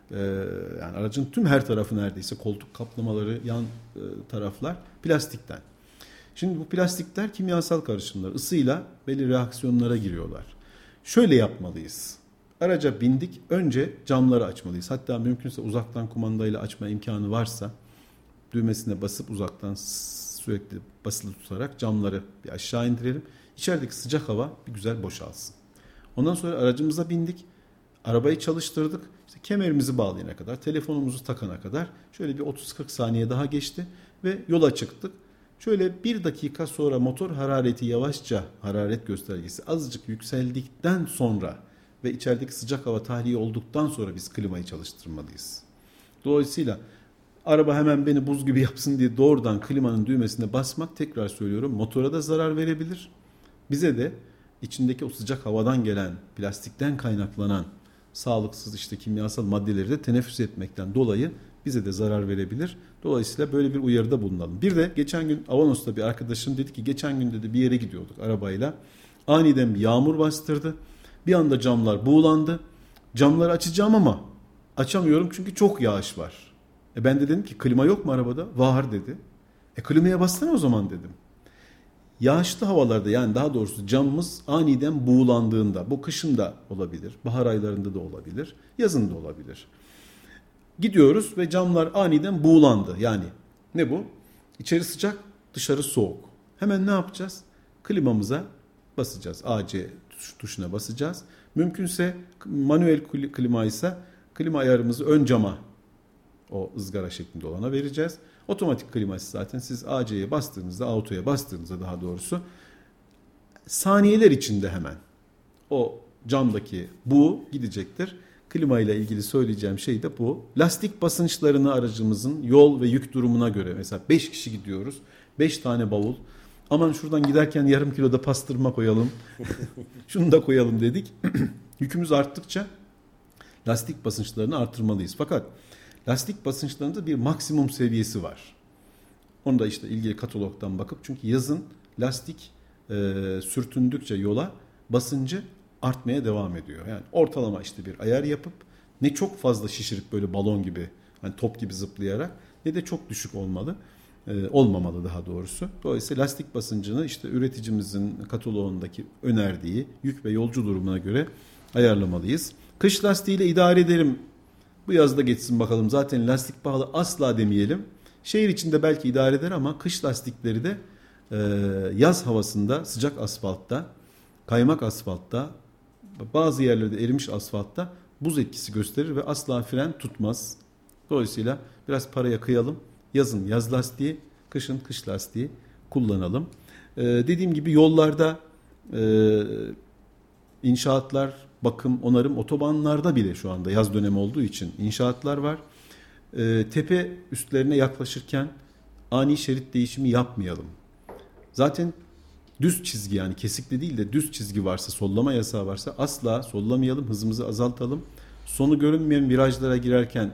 yani aracın tüm her tarafı neredeyse, koltuk kaplamaları, yan taraflar plastikten. Şimdi bu plastikler kimyasal karışımlar, ısıyla belli reaksiyonlara giriyorlar. Şöyle yapmalıyız. Araca bindik, önce camları açmalıyız. Hatta mümkünse uzaktan kumandayla açma imkanı varsa düğmesine basıp uzaktan sürekli basılı tutarak camları bir aşağı indirelim. İçerideki sıcak hava bir güzel boşalsın. Ondan sonra aracımıza bindik. Arabayı çalıştırdık. İşte kemerimizi bağlayana kadar, telefonumuzu takana kadar şöyle bir 30-40 saniye daha geçti ve yola çıktık. Şöyle 1 dakika sonra motor harareti yavaşça, hararet göstergesi azıcık yükseldikten sonra ve içerideki sıcak hava tahliye olduktan sonra biz klimayı çalıştırmalıyız. Dolayısıyla araba hemen beni buz gibi yapsın diye doğrudan klimanın düğmesine basmak, tekrar söylüyorum, motora da zarar verebilir. Bize de içindeki o sıcak havadan gelen, plastikten kaynaklanan sağlıksız işte kimyasal maddeleri de teneffüs etmekten dolayı bize de zarar verebilir. Dolayısıyla böyle bir uyarıda bulunalım. Bir de geçen gün Avanos'ta bir arkadaşım dedi ki, geçen gün dedi bir yere gidiyorduk arabayla. Aniden bir yağmur bastırdı. Bir anda camlar buğulandı. Camları açacağım ama açamıyorum çünkü çok yağış var. Ben de dedim ki klima yok mu arabada? Var dedi. Klimaya bassana o zaman dedim. Yağışlı havalarda, yani daha doğrusu camımız aniden buğulandığında, bu kışın da olabilir, bahar aylarında da olabilir, yazın da olabilir. Gidiyoruz ve camlar aniden buğulandı. Yani ne bu? İçeri sıcak, dışarı soğuk. Hemen ne yapacağız? Klimamıza basacağız. AC tuşuna basacağız. Mümkünse manuel klima ise klima ayarımızı ön cama, o ızgara şeklinde olana vereceğiz. Otomatik kliması zaten siz AC'ye bastığınızda, autoya bastığınızda daha doğrusu saniyeler içinde hemen o camdaki buğu gidecektir. Klima ile ilgili söyleyeceğim şey de bu. Lastik basınçlarını aracımızın yol ve yük durumuna göre, mesela 5 kişi gidiyoruz, 5 tane bavul, aman şuradan giderken yarım kilo da pastırma koyalım, şunu da koyalım dedik. Yükümüz arttıkça lastik basınçlarını artırmalıyız. Fakat lastik basınçlarında bir maksimum seviyesi var. Onu da işte ilgili katalogdan bakıp, çünkü yazın lastik sürtündükçe yola basıncı artmaya devam ediyor. Yani ortalama işte bir ayar yapıp ne çok fazla şişirip böyle balon gibi, hani top gibi zıplayarak, ne de çok düşük olmamalı daha doğrusu. Dolayısıyla lastik basıncını işte üreticimizin kataloğundaki önerdiği yük ve yolcu durumuna göre ayarlamalıyız. Kış lastiğiyle idare ederim, bu yazda geçsin bakalım, zaten lastik pahalı asla demeyelim. Şehir içinde belki idare eder ama kış lastikleri de yaz havasında, sıcak asfaltta, kaymak asfaltta, bazı yerlerde erimiş asfaltta buz etkisi gösterir ve asla fren tutmaz. Dolayısıyla biraz paraya kıyalım. Yazın yaz lastiği, kışın kış lastiği kullanalım. Dediğim gibi yollarda inşaatlar, bakım, onarım, otobanlarda bile şu anda yaz dönemi olduğu için inşaatlar var. Tepe üstlerine yaklaşırken ani şerit değişimi yapmayalım. Zaten düz çizgi, yani kesikli değil de düz çizgi varsa, sollama yasağı varsa asla sollamayalım, hızımızı azaltalım. Sonu görünmeyen virajlara girerken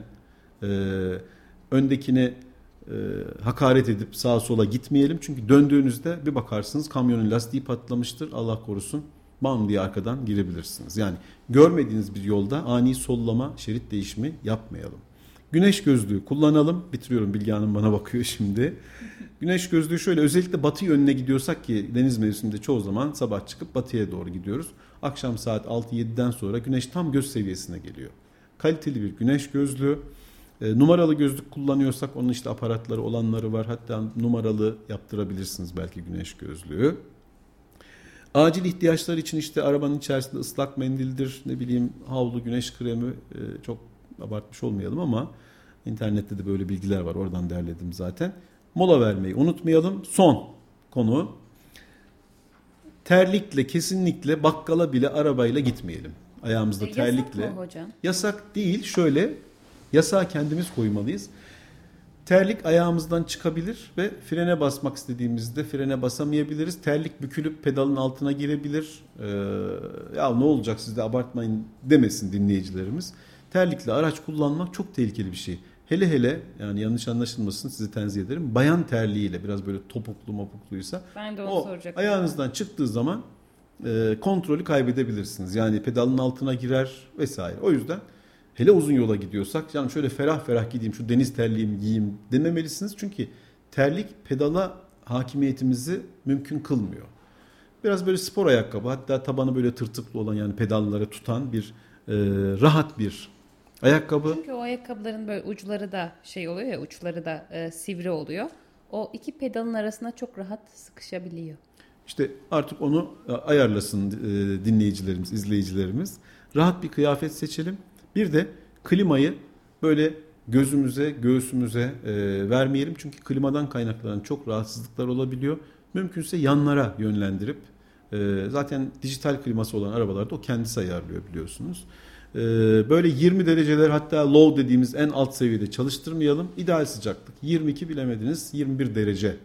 öndekine hakaret edip sağa sola gitmeyelim. Çünkü döndüğünüzde bir bakarsınız kamyonun lastiği patlamıştır, Allah korusun, bam diye arkadan girebilirsiniz. Yani görmediğiniz bir yolda ani sollama, şerit değişimi yapmayalım. Güneş gözlüğü kullanalım. Bitiriyorum, Bilge Hanım bana bakıyor şimdi. Güneş gözlüğü şöyle, özellikle batı yönüne gidiyorsak, ki deniz mevsiminde çoğu zaman sabah çıkıp batıya doğru gidiyoruz. Akşam saat 6-7'den sonra güneş tam göz seviyesine geliyor. Kaliteli bir güneş gözlüğü. Numaralı gözlük kullanıyorsak onun işte aparatları olanları var. Hatta numaralı yaptırabilirsiniz belki güneş gözlüğü. Acil ihtiyaçlar için işte arabanın içerisinde ıslak mendildir, ne bileyim havlu, güneş kremi, çok abartmış olmayalım ama internette de böyle bilgiler var, oradan derledim zaten. Mola vermeyi unutmayalım. Son konu, terlikle kesinlikle bakkala bile arabayla gitmeyelim. Ayağımızda terlikle. Yasak mı hocam? Yasak değil, şöyle, yasağı kendimiz koymalıyız. Terlik ayağımızdan çıkabilir ve frene basmak istediğimizde frene basamayabiliriz. Terlik bükülüp pedalın altına girebilir. Ya ne olacak, siz de abartmayın demesin dinleyicilerimiz. Terlikle araç kullanmak çok tehlikeli bir şey. Hele hele, yani yanlış anlaşılmasın, sizi tenzih ederim, bayan terliğiyle biraz böyle topuklu mopukluysa, ben de onu soracaktım. Ayağınızdan çıktığı zaman kontrolü kaybedebilirsiniz. Yani pedalın altına girer vesaire. O yüzden hele uzun yola gidiyorsak, yani şöyle ferah ferah gideyim, şu deniz terliğimi giyeyim dememelisiniz. Çünkü terlik pedala hakimiyetimizi mümkün kılmıyor. Biraz böyle spor ayakkabı, hatta tabanı böyle tırtıklı olan, yani pedalları tutan bir rahat bir ayakkabı. Çünkü o ayakkabıların böyle uçları da şey oluyor ya, uçları da sivri oluyor. O iki pedalın arasına çok rahat sıkışabiliyor. İşte artık onu ayarlasın dinleyicilerimiz, izleyicilerimiz. Rahat bir kıyafet seçelim. Bir de klimayı böyle gözümüze, göğsümüze vermeyelim. Çünkü klimadan kaynaklanan çok rahatsızlıklar olabiliyor. Mümkünse yanlara yönlendirip, zaten dijital kliması olan arabalarda o kendisi ayarlıyor biliyorsunuz. Böyle 20 dereceler, hatta low dediğimiz en alt seviyede çalıştırmayalım. İdeal sıcaklık 22, bilemediniz 21 derece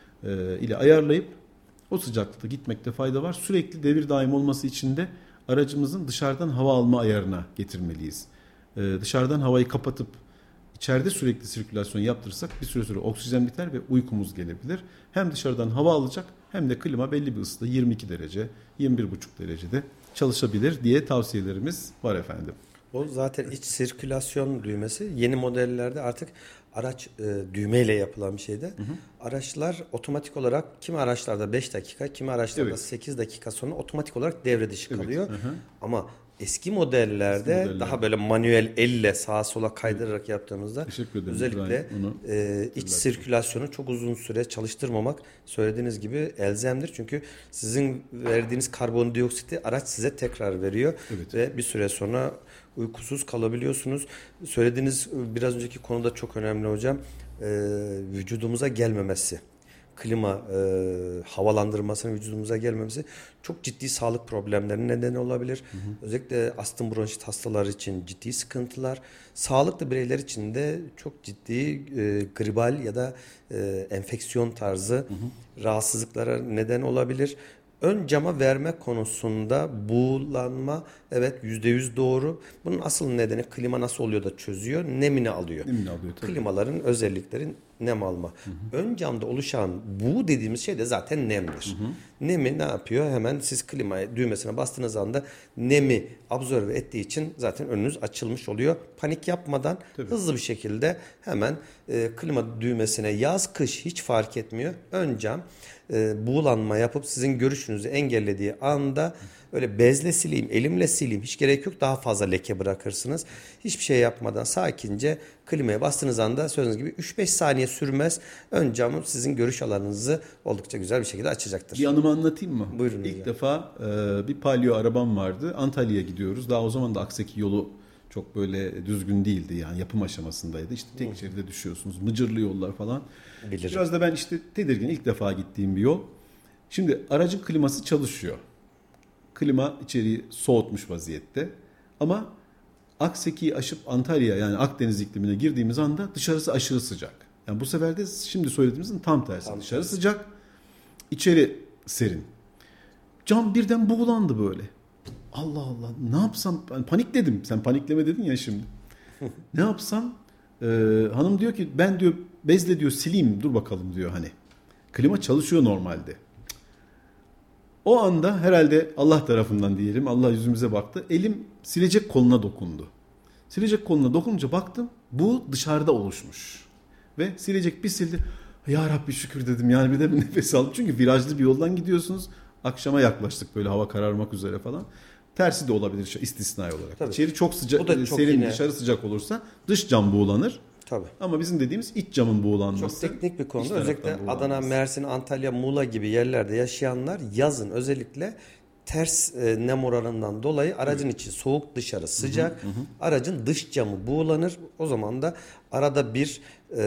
ile ayarlayıp o sıcaklıkta gitmekte fayda var. Sürekli devir daim olması için de aracımızın dışarıdan hava alma ayarına getirmeliyiz. Dışarıdan havayı kapatıp içeride sürekli sirkülasyon yaptırırsak bir süre sonra oksijen biter ve uykumuz gelebilir. Hem dışarıdan hava alacak hem de klima belli bir ısıda 22 derece, 21,5 derecede çalışabilir diye tavsiyelerimiz var efendim. O zaten iç sirkülasyon düğmesi yeni modellerde artık araç düğmeyle yapılan bir şeyde. Araçlar otomatik olarak, kimi araçlarda 5 dakika, kimi araçlarda 8 dakika sonra otomatik olarak devre dışı kalıyor. Ama eski modellerde daha böyle manuel elle sağa sola kaydırarak yaptığımızda özellikle iç sirkülasyonu çok uzun süre çalıştırmamak, söylediğiniz gibi elzemdir. Çünkü sizin verdiğiniz karbondioksiti araç size tekrar veriyor ve bir süre sonra uykusuz kalabiliyorsunuz. Söylediğiniz biraz önceki konuda çok önemli hocam. Vücudumuza gelmemesi, klima havalandırmasının vücudumuza gelmemesi çok ciddi sağlık problemlerinin nedeni olabilir. Özellikle astım bronşit hastaları için ciddi sıkıntılar. Sağlıklı bireyler için de çok ciddi gribal ya da enfeksiyon tarzı rahatsızlıklara neden olabilir. ön cama verme konusunda buğulanma evet %100 doğru. Bunun asıl nedeni klima nasıl oluyor da çözüyor? Nemini alıyor. Nemini alıyor tabii. Klimaların özellikleri nem alma. Ön camda oluşan buğu dediğimiz şey de zaten nemdir. Nemi ne yapıyor? Hemen siz klima düğmesine bastığınız anda nemi absorbe ettiği için zaten önünüz açılmış oluyor. Panik yapmadan hızlı bir şekilde hemen klima düğmesine yaz kış hiç fark etmiyor. Ön cam buğulanma yapıp sizin görüşünüzü engellediği anda öyle bezle sileyim, elimle sileyim hiç gerek yok. Daha fazla leke bırakırsınız. Hiçbir şey yapmadan sakince klimaya bastığınız anda söylediğiniz gibi 3-5 saniye sürmez. Ön camı sizin görüş alanınızı oldukça güzel bir şekilde açacaktır. Bir anımı anlatayım mı? Buyurun. İlk defa bir Palio arabam vardı. Antalya'ya gidiyoruz. Daha o zaman da Akseki yolu çok böyle düzgün değildi. Yani yapım aşamasındaydı. İşte tek şeride düşüyorsunuz. Mıcırlı yollar falan. Bilirim. Biraz da ben işte tedirgin ilk defa gittiğim bir yol. Şimdi aracın kliması çalışıyor. Klima içeriği soğutmuş vaziyette. Ama Akseki'yi aşıp Antalya yani Akdeniz iklimine girdiğimiz anda dışarısı aşırı sıcak. Yani bu sefer de şimdi söylediğimizin tam tersi. Dışarı sıcak, içeri serin. Cam birden buğulandı böyle. Allah Allah ne yapsam panikledim. Sen panikleme dedin ya şimdi. Ne yapsam hanım diyor ki ben diyor bezle diyor sileyim dur bakalım diyor hani. Klima çalışıyor normalde. O anda herhalde Allah tarafından diyelim Allah yüzümüze baktı. Elim silecek koluna dokundu. Silecek koluna dokununca baktım bu dışarıda oluşmuş. Ve silecek bir sildi. Ya Rabbi şükür dedim yani bir de bir nefes aldım. Çünkü virajlı bir yoldan gidiyorsunuz. Akşama yaklaştık böyle hava kararmak üzere falan. Tersi de olabilir istisnai olarak. Tabii. İçeri çok sıcak, çok serin yine... dışarı sıcak olursa dış cam buğulanır. Tabii. Ama bizim dediğimiz iç camın buğulanması. Çok teknik bir konu. Özellikle Adana, Mersin, Antalya, Muğla gibi yerlerde yaşayanlar yazın özellikle ters nem oranından dolayı aracın içi soğuk dışarı sıcak. Aracın dış camı buğulanır. O zaman da arada bir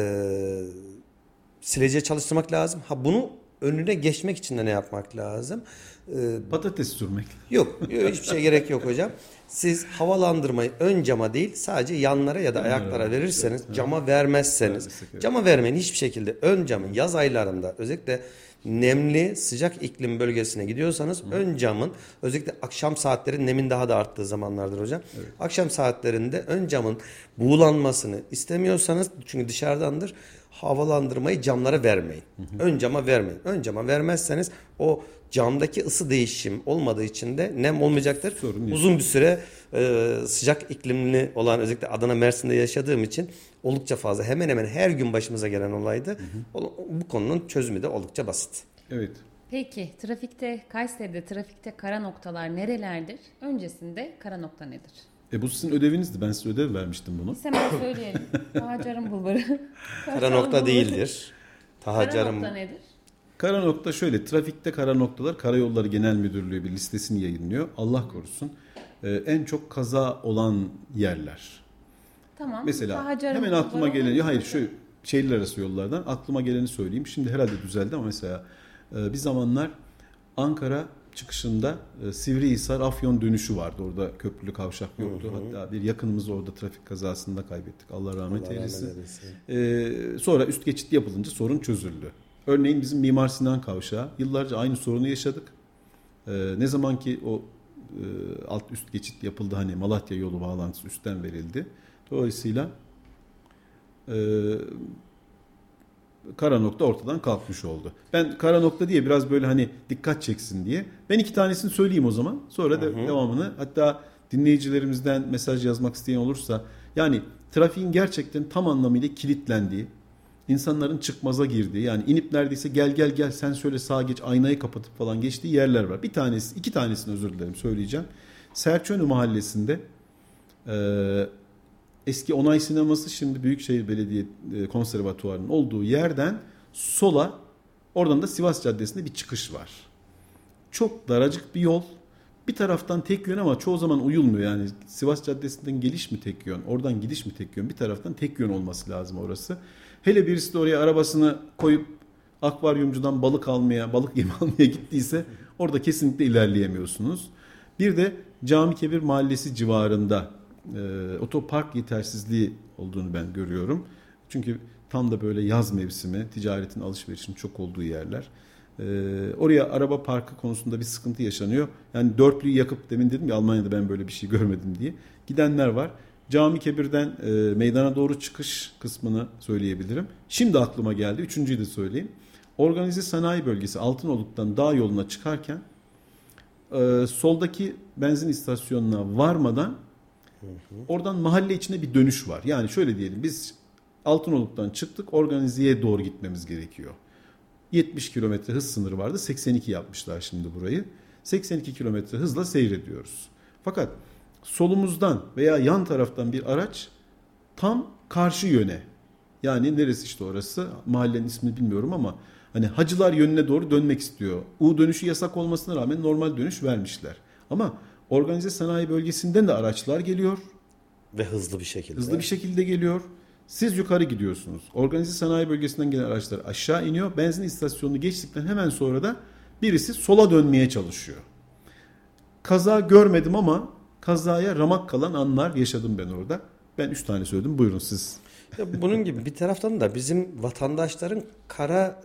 sileceği çalıştırmak lazım. Bunu önüne geçmek için de ne yapmak lazım? Patates sürmek. Yok hiçbir şey gerek yok hocam. Siz havalandırmayı ön cama değil sadece yanlara ya da ayaklara verirseniz cama vermezseniz cama vermeyin hiçbir şekilde ön camın yaz aylarında özellikle nemli sıcak iklim bölgesine gidiyorsanız ön camın özellikle akşam saatleri nemin daha da arttığı zamanlardır hocam. Evet. Akşam saatlerinde ön camın buğulanmasını istemiyorsanız çünkü dışarıdandır havalandırmayı camlara vermeyin. Ön cama vermeyin. Ön cama vermezseniz o camdaki ısı değişim olmadığı için de nem olmayacaktır. Uzun bir süre sıcak iklimli olan özellikle Adana Mersin'de yaşadığım için oldukça fazla hemen hemen her gün başımıza gelen olaydı. Bu konunun çözümü de oldukça basit. Evet. Peki Kayseri'de trafikte kara noktalar nerelerdir? Öncesinde kara nokta nedir? Bu sizin ödevinizdi. Ben size ödev vermiştim bunu. Biz hemen söyleyelim. Tahacar'ın bulvarı. Kara nokta değildir. Kara nokta nedir? Kara nokta şöyle. Trafikte kara noktalar Karayolları Genel Müdürlüğü bir listesini yayınlıyor. Allah korusun. En çok kaza olan yerler. Tamam. Mesela hemen aklıma gelen... Hayır şu şehirler arası yollardan aklıma geleni söyleyeyim. Şimdi herhalde düzeldi ama mesela bir zamanlar Ankara çıkışında Sivrihisar Afyon dönüşü vardı. Orada köprülü kavşak yoktu. Hatta bir yakınımızı orada trafik kazasında kaybettik. Allah rahmet eylesin. Sonra üst geçit yapılınca sorun çözüldü. Örneğin bizim Mimar Sinan kavşağı yıllarca aynı sorunu yaşadık. Ne zaman ki o alt üst geçit yapıldı hani Malatya yolu bağlantısı üstten verildi. Dolayısıyla kara nokta ortadan kalkmış oldu. Ben kara nokta diye biraz böyle hani dikkat çeksin diye. Ben 2 tanesini söyleyeyim o zaman. Sonra da devamını hatta dinleyicilerimizden mesaj yazmak isteyen olursa yani trafiğin gerçekten tam anlamıyla kilitlendiği, insanların çıkmaza girdiği yani inip neredeyse gel sen şöyle sağa geç aynayı kapatıp falan geçtiği yerler var. 2 tanesini özür dilerim söyleyeceğim. Serçönü Mahallesi'nde eski Onay Sineması şimdi Büyükşehir Belediye Konservatuvarı'nın olduğu yerden sola oradan da Sivas Caddesi'nde bir çıkış var. Çok daracık bir yol. Bir taraftan tek yön ama çoğu zaman uyulmuyor. Yani Sivas Caddesi'nden geliş mi tek yön, oradan gidiş mi tek yön? Bir taraftan tek yön olması lazım orası. Hele birisi de oraya arabasını koyup akvaryumcudan balık yem almaya gittiyse orada kesinlikle ilerleyemiyorsunuz. Bir de Camikebir Mahallesi civarında otopark yetersizliği olduğunu ben görüyorum. Çünkü tam da böyle yaz mevsimi, ticaretin alışverişin çok olduğu yerler. Oraya araba parkı konusunda bir sıkıntı yaşanıyor. Yani dörtlüyü yakıp, demin dedim ya Almanya'da ben böyle bir şey görmedim diye gidenler var. Cami Kebir'den meydana doğru çıkış kısmını söyleyebilirim. Şimdi aklıma geldi. Üçüncüyü de söyleyeyim. Organize sanayi bölgesi Altınoluk'tan dağ yoluna çıkarken soldaki benzin istasyonuna varmadan oradan mahalle içine bir dönüş var. Yani şöyle diyelim, biz Altınoluk'tan çıktık, Organize'ye doğru gitmemiz gerekiyor. 70 kilometre hız sınırı vardı. 82 yapmışlar şimdi burayı. 82 kilometre hızla seyrediyoruz. Fakat solumuzdan veya yan taraftan bir araç tam karşı yöne, yani neresi işte orası, mahallenin ismini bilmiyorum ama hani Hacılar yönüne doğru dönmek istiyor. U dönüşü yasak olmasına rağmen normal dönüş vermişler. Ama organize sanayi bölgesinden de araçlar geliyor. Ve hızlı bir şekilde. Hızlı bir şekilde geliyor. Siz yukarı gidiyorsunuz. Organize sanayi bölgesinden gelen araçlar aşağı iniyor. Benzin istasyonunu geçtikten hemen sonra da birisi sola dönmeye çalışıyor. Kaza görmedim ama kazaya ramak kalan anlar yaşadım ben orada. Ben 3 tane söyledim. Buyurun siz. Ya bunun gibi bir taraftan da bizim vatandaşların kara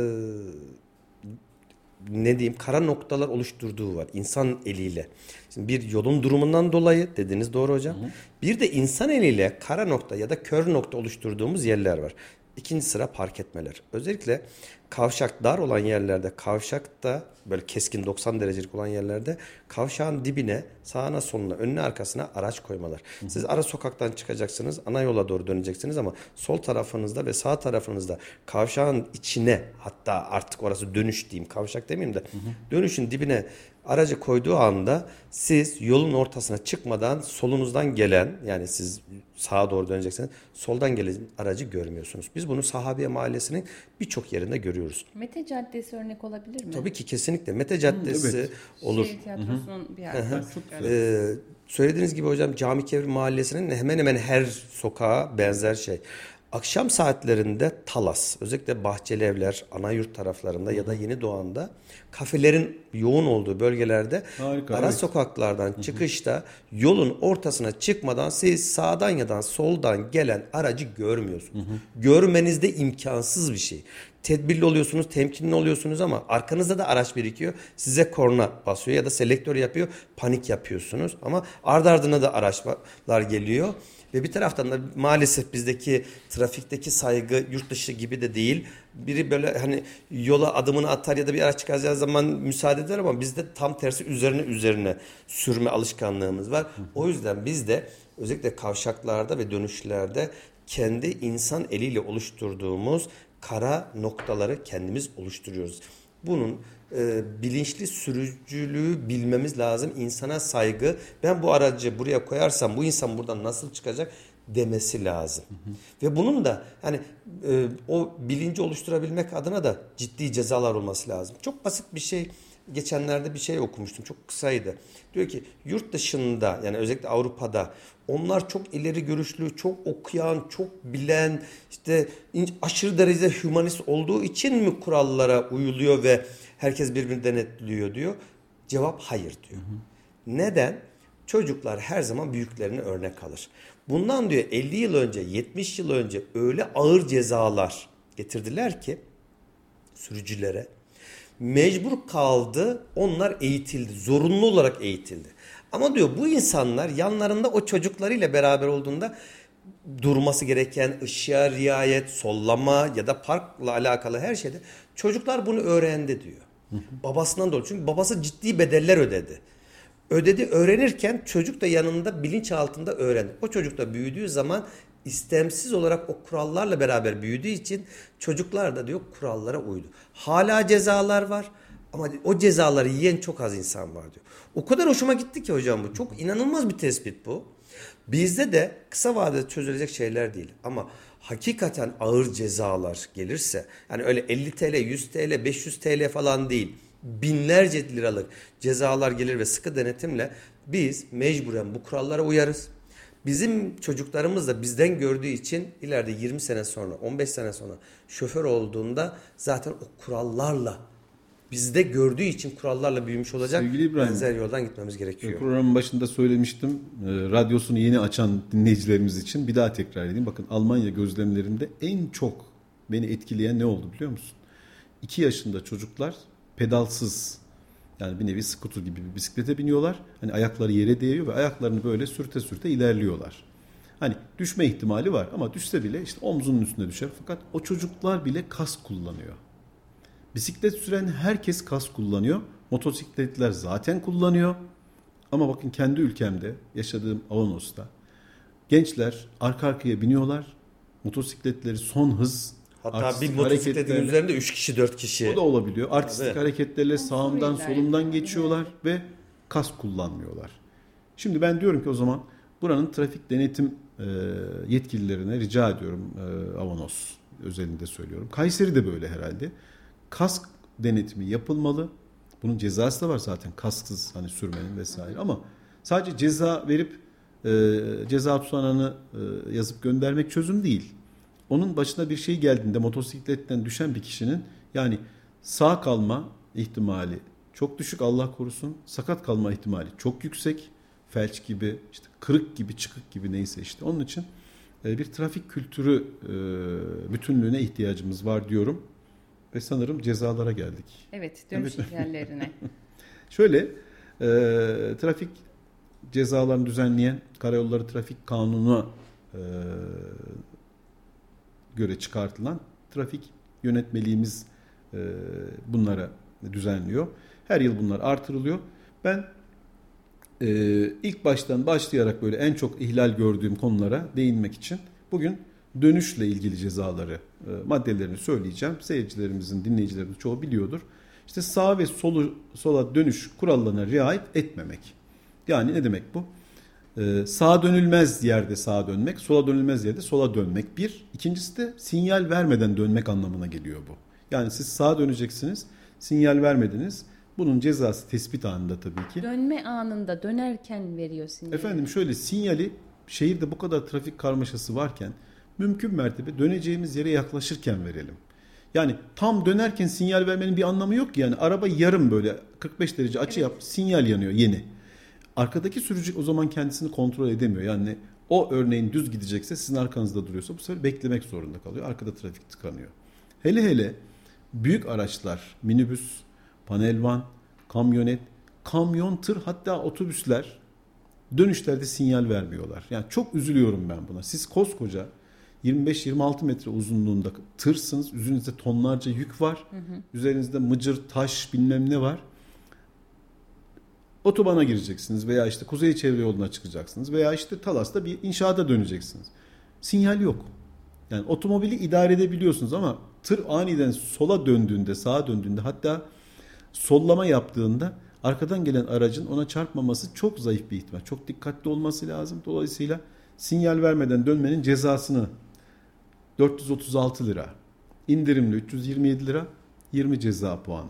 kara noktalar oluşturduğu var insan eliyle. Şimdi bir yolun durumundan dolayı dediniz doğru hocam. Bir de insan eliyle kara nokta ya da kör nokta oluşturduğumuz yerler var. İkinci sıra park etmeler. Özellikle kavşak dar olan yerlerde, kavşakta böyle keskin 90 derecelik olan yerlerde kavşağın dibine, sağına soluna, önüne arkasına araç koymalar. Siz ara sokaktan çıkacaksınız, ana yola doğru döneceksiniz ama sol tarafınızda ve sağ tarafınızda kavşağın içine, hatta artık orası dönüş diyeyim, kavşak demeyeyim de dönüşün dibine aracı koyduğu anda siz yolun ortasına çıkmadan solunuzdan gelen, yani siz sağa doğru döneceksiniz, soldan gelen aracı görmüyorsunuz. Biz bunu Sahabiye Mahallesi'nin birçok yerinde görüyoruz. Mete Caddesi örnek olabilir mi? Tabii ki kesinlikle. Mete Caddesi evet. olur. Şehir Tiyatrosu'nun bir arkası. Söylediğiniz gibi hocam Cami Kebir Mahallesi'nin hemen hemen her sokağa benzer şey. Akşam saatlerinde Talas, özellikle Bahçeli Evler, Anayurt taraflarında ya da Yeni Doğan'da kafelerin yoğun olduğu bölgelerde ara sokaklardan çıkışta yolun ortasına çıkmadan siz sağdan ya da soldan gelen aracı görmüyorsunuz. Görmeniz de imkansız bir şey. Tedbirli oluyorsunuz, temkinli oluyorsunuz ama arkanızda da araç birikiyor. Size korna basıyor ya da selektör yapıyor, panik yapıyorsunuz. Ama ardı ardına da araçlar geliyor. Ve bir taraftan da maalesef bizdeki trafikteki saygı yurt dışı gibi de değil. Biri böyle hani yola adımını atar ya da bir araç çıkaracağı zaman müsaade eder ama bizde tam tersi üzerine sürme alışkanlığımız var. O yüzden biz de özellikle kavşaklarda ve dönüşlerde kendi insan eliyle oluşturduğumuz kara noktaları kendimiz oluşturuyoruz. Bunun bilinçli sürücülüğü bilmemiz lazım. İnsana saygı. Ben bu aracı buraya koyarsam bu insan buradan nasıl çıkacak demesi lazım. Ve bunun da hani o bilinci oluşturabilmek adına da ciddi cezalar olması lazım. Çok basit bir şey. Geçenlerde bir şey okumuştum. Çok kısaydı. Diyor ki yurt dışında, yani özellikle Avrupa'da onlar çok ileri görüşlü, çok okuyan, çok bilen, işte aşırı derecede hümanist olduğu için mi kurallara uyuluyor ve herkes birbirini denetliyor diyor. Cevap hayır diyor. Neden? Çocuklar her zaman büyüklerine örnek alır. Bundan diyor 50 yıl önce, 70 yıl önce öyle ağır cezalar getirdiler ki sürücülere. Mecbur kaldı, onlar eğitildi, zorunlu olarak eğitildi. Ama diyor bu insanlar yanlarında o çocuklarıyla beraber olduğunda durması gereken ışığa riayet, sollama ya da parkla alakalı her şeyde çocuklar bunu öğrendi diyor. Babasından dolayı, çünkü babası ciddi bedeller ödedi, öğrenirken çocuk da yanında bilinç altında öğrendi. O çocuk da büyüdüğü zaman istemsiz olarak o kurallarla beraber büyüdüğü için çocuklar da diyor kurallara uydu. Hala cezalar var ama o cezaları yiyen çok az insan var diyor. O kadar hoşuma gitti ki hocam bu. Çok inanılmaz bir tespit bu. Bizde de kısa vadede çözülecek şeyler değil ama hakikaten ağır cezalar gelirse, yani öyle 50 TL, 100 TL, 500 TL falan değil, binlerce liralık cezalar gelir ve sıkı denetimle biz mecburen bu kurallara uyarız. Bizim çocuklarımız da bizden gördüğü için ileride 20 sene sonra, 15 sene sonra şoför olduğunda zaten o kurallarla, bizde gördüğü için kurallarla büyümüş olacak. Sevgili İbrahim, benzer yoldan gitmemiz gerekiyor. Programın başında söylemiştim. Radyosunu yeni açan dinleyicilerimiz için bir daha tekrar edeyim. Bakın Almanya gözlemlerinde en çok beni etkileyen ne oldu biliyor musun? 2 yaşında çocuklar pedalsız, yani bir nevi skuter gibi bir bisiklete biniyorlar. Hani ayakları yere değiyor ve ayaklarını böyle sürte sürte ilerliyorlar. Hani düşme ihtimali var ama düşse bile işte omzunun üstüne düşer. Fakat o çocuklar bile kask kullanıyor. Bisiklet süren herkes kask kullanıyor. Motosikletler zaten kullanıyor. Ama bakın kendi ülkemde, yaşadığım Avanos'ta gençler arka arkaya biniyorlar. Motosikletleri son hız, hatta bir motosikletin üzerinde 3 kişi 4 kişi. O da olabiliyor. Artistik evet. hareketlerle sağımdan solumdan geçiyorlar ve kask kullanmıyorlar. Şimdi ben diyorum ki o zaman buranın trafik denetim yetkililerine rica ediyorum, Avanos özelinde söylüyorum. Kayseri de böyle herhalde. Kask denetimi yapılmalı. Bunun cezası da var zaten, kasksız hani sürmenin vesaire, ama sadece ceza verip ceza tutanağını yazıp göndermek çözüm değil. Onun başına bir şey geldiğinde motosikletten düşen bir kişinin yani sağ kalma ihtimali çok düşük, Allah korusun. Sakat kalma ihtimali çok yüksek. Felç gibi, işte kırık gibi, çıkık gibi, neyse işte. Onun için bir trafik kültürü bütünlüğüne ihtiyacımız var diyorum. Ve sanırım cezalara geldik. Evet, dönüş ihlallerine. Şöyle, trafik cezalarını düzenleyen Karayolları Trafik Kanunu'na göre çıkartılan trafik yönetmeliğimiz bunlara düzenliyor. Her yıl bunlar artırılıyor. Ben ilk baştan başlayarak böyle en çok ihlal gördüğüm konulara değinmek için bugün dönüşle ilgili cezaları, maddelerini söyleyeceğim. Seyircilerimizin, dinleyicilerimizin çoğu biliyordur. İşte sağ ve sola dönüş kurallarına riayet etmemek. Yani ne demek bu? Sağa dönülmez yerde sağa dönmek, sola dönülmez yerde sola dönmek bir. İkincisi de sinyal vermeden dönmek anlamına geliyor bu. Yani siz sağa döneceksiniz, sinyal vermediniz. Bunun cezası tespit anında tabii ki. Dönme anında, dönerken veriyor sinyali. Efendim şöyle, sinyali şehirde bu kadar trafik karmaşası varken mümkün mertebe döneceğimiz yere yaklaşırken verelim. Yani tam dönerken sinyal vermenin bir anlamı yok ki. Yani araba yarım böyle 45 derece açı yap, sinyal yanıyor yeni. Arkadaki sürücü o zaman kendisini kontrol edemiyor. Yani o örneğin düz gidecekse, sizin arkanızda duruyorsa bu sefer beklemek zorunda kalıyor. Arkada trafik tıkanıyor. Hele hele büyük araçlar, minibüs, panelvan, kamyonet, kamyon, tır, hatta otobüsler dönüşlerde sinyal vermiyorlar. Yani çok üzülüyorum ben buna. Siz koskoca 25-26 metre uzunluğunda tırsınız. Üzerinizde tonlarca yük var. Üzerinizde mıcır, taş, bilmem ne var. Otobana gireceksiniz veya işte Kuzey Çevre Yolu'na çıkacaksınız veya işte Talas'ta bir inşaata döneceksiniz. Sinyal yok. Yani otomobili idare edebiliyorsunuz ama tır aniden sola döndüğünde, sağa döndüğünde, hatta sollama yaptığında arkadan gelen aracın ona çarpmaması çok zayıf bir ihtimal. Çok dikkatli olması lazım. Dolayısıyla sinyal vermeden dönmenin cezasını 436 lira, indirimli 327 lira, 20 ceza puanı.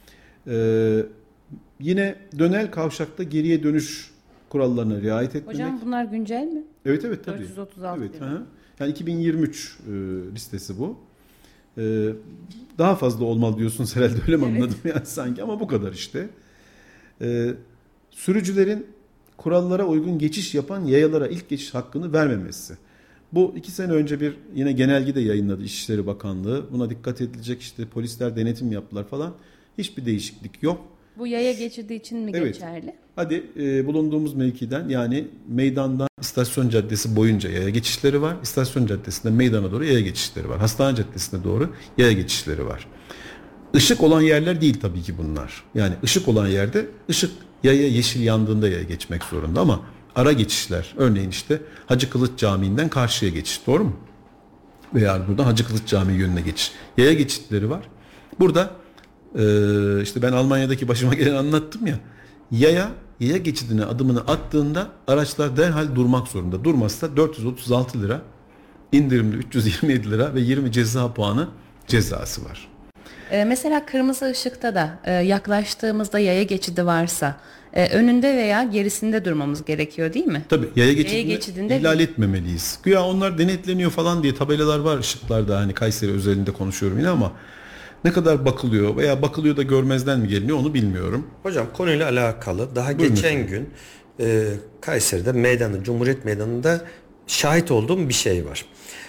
Yine dönel kavşakta geriye dönüş kurallarına riayet etmemek. Hocam bunlar güncel mi? Evet tabii. 436 evet, lira. Yani 2023 listesi bu. Daha fazla olmalı diyorsunuz herhalde, öyle mi anladım yani sanki, ama bu kadar işte. Sürücülerin kurallara uygun geçiş yapan yayalara ilk geçiş hakkını vermemesi. Bu 2 sene önce bir yine genelge de yayınladı İçişleri Bakanlığı. Buna dikkat edilecek, işte polisler denetim yaptılar falan. Hiçbir değişiklik yok. Bu yaya geçidi için mi geçerli? Hadi bulunduğumuz mevkiden, yani meydandan İstasyon Caddesi boyunca yaya geçişleri var. İstasyon Caddesi'nde meydana doğru yaya geçişleri var. Hastane Caddesi'ne doğru yaya geçişleri var. Işık olan yerler değil tabii ki bunlar. Yani ışık olan yerde ışık, yaya yeşil yandığında yaya geçmek zorunda, ama ara geçişler, örneğin işte Hacı Kılıç Camii'nden karşıya geçiş, doğru mu? Veya buradan Hacı Kılıç Camii yönüne geçiş. Yaya geçitleri var. Burada işte ben Almanya'daki başıma gelen anlattım ya. Yaya geçidine adımını attığında araçlar derhal durmak zorunda. Durmazsa 436 lira, indirimli 327 lira ve 20 ceza puanı cezası var. Mesela kırmızı ışıkta da yaklaştığımızda yaya geçidi varsa önünde veya gerisinde durmamız gerekiyor değil mi? Tabii yaya geçidini ihlal etmemeliyiz. Güya onlar denetleniyor falan diye tabelalar var ışıklarda, hani Kayseri özelinde konuşuyorum yine, ama ne kadar bakılıyor veya bakılıyor da görmezden mi geliniyor onu bilmiyorum. Hocam konuyla alakalı daha Buyurun geçen efendim. gün Kayseri'de Cumhuriyet Meydanı'nda şahit olduğum bir şey var.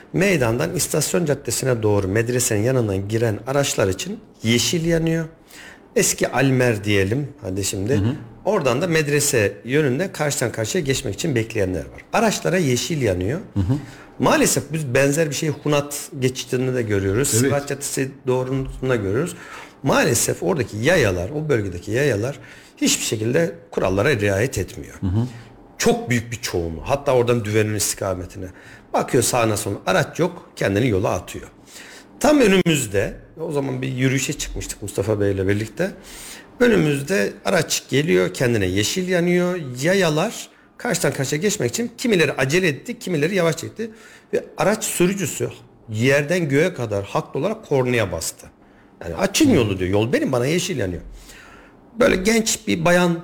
Meydandan istasyon caddesine doğru medresenin yanından giren araçlar için yeşil yanıyor. Eski Almer diyelim hadi şimdi. Oradan da medrese yönünde karşıdan karşıya geçmek için bekleyenler var. Araçlara yeşil yanıyor. Maalesef biz benzer bir şeyi Hunat geçtiğinde de görüyoruz. Evet. Sıvat Caddesi doğrultusunda görüyoruz. Maalesef oradaki yayalar, o bölgedeki yayalar hiçbir şekilde kurallara riayet etmiyor. Çok büyük bir çoğunluğu. Hatta oradan Düven'in istikametine bakıyor, sağına soluna araç yok, kendini yola atıyor. Tam önümüzde, o zaman bir yürüyüşe çıkmıştık Mustafa Bey ile birlikte. Önümüzde araç geliyor, kendine yeşil yanıyor. Yayalar karşıdan karşıya geçmek için kimileri acele etti, kimileri yavaş çekti. Ve araç sürücüsü yerden göğe kadar haklı olarak kornaya bastı. Yani açın yolu diyor. Yol benim, bana yeşil yanıyor. Böyle genç bir bayan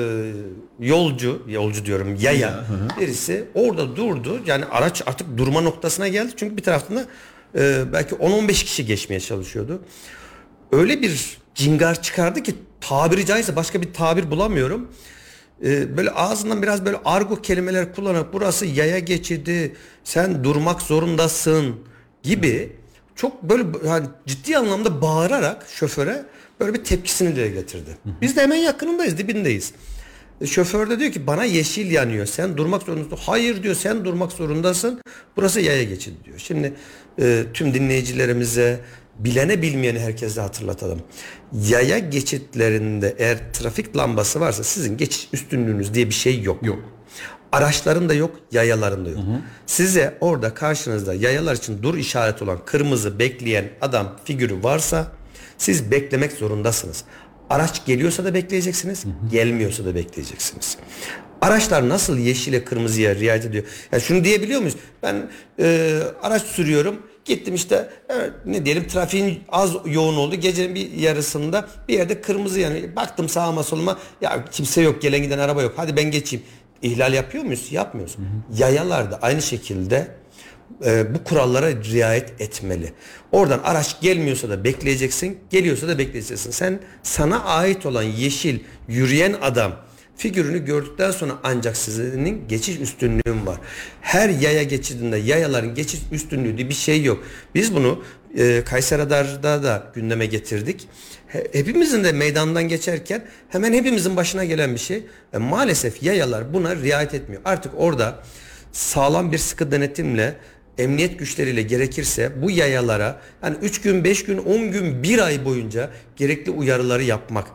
yolcu diyorum, yaya birisi orada durdu. Yani araç artık durma noktasına geldi. Çünkü bir taraftan da belki 10-15 kişi geçmeye çalışıyordu. Öyle bir cingar çıkardı ki tabiri caizse başka bir tabir bulamıyorum. Böyle ağzından biraz böyle argo kelimeler kullanarak burası yaya geçidi, sen durmak zorundasın gibi çok böyle yani ciddi anlamda bağırarak şoföre böyle bir tepkisini dile getirdi. Biz de hemen yakınındayız, dibindeyiz. Şoför de diyor ki bana yeşil yanıyor, sen durmak zorundasın. Hayır diyor, sen durmak zorundasın, burası yaya geçidi diyor. Şimdi tüm dinleyicilerimize, bilene bilmeyeni herkese hatırlatalım. Yaya geçitlerinde eğer trafik lambası varsa sizin geçiş üstünlüğünüz diye bir şey yok. Yok. Araçların da yok, yayaların da yok. Size orada karşınızda yayalar için dur işareti olan kırmızı bekleyen adam figürü varsa siz beklemek zorundasınız. Araç geliyorsa da bekleyeceksiniz, gelmiyorsa da bekleyeceksiniz. Araçlar nasıl yeşile kırmızıya riayet ediyor? Yani şunu diyebiliyor muyuz? Ben araç sürüyorum. Gittim işte ne diyelim, trafiğin az yoğun oldu. Gecenin bir yarısında bir yerde kırmızı yanıyor. Baktım sağıma soluma, ya kimse yok, gelen giden araba yok. Hadi ben geçeyim. İhlal yapıyor muyuz? Yapmıyoruz. Yayalar da aynı şekilde bu kurallara riayet etmeli. Oradan araç gelmiyorsa da bekleyeceksin, geliyorsa da bekleyeceksin. Sen sana ait olan yeşil yürüyen adam figürünü gördükten sonra ancak sizin geçiş üstünlüğün var. Her yaya geçidinde yayaların geçiş üstünlüğü diye bir şey yok. Biz bunu Kayseri Radar'da da gündeme getirdik. Hepimizin de meydandan geçerken hemen hepimizin başına gelen bir şey. Maalesef yayalar buna riayet etmiyor. Artık orada sağlam bir sıkı denetimle, emniyet güçleriyle gerekirse bu yayalara yani 3 gün, 5 gün, 10 gün, 1 ay boyunca gerekli uyarıları yapmak.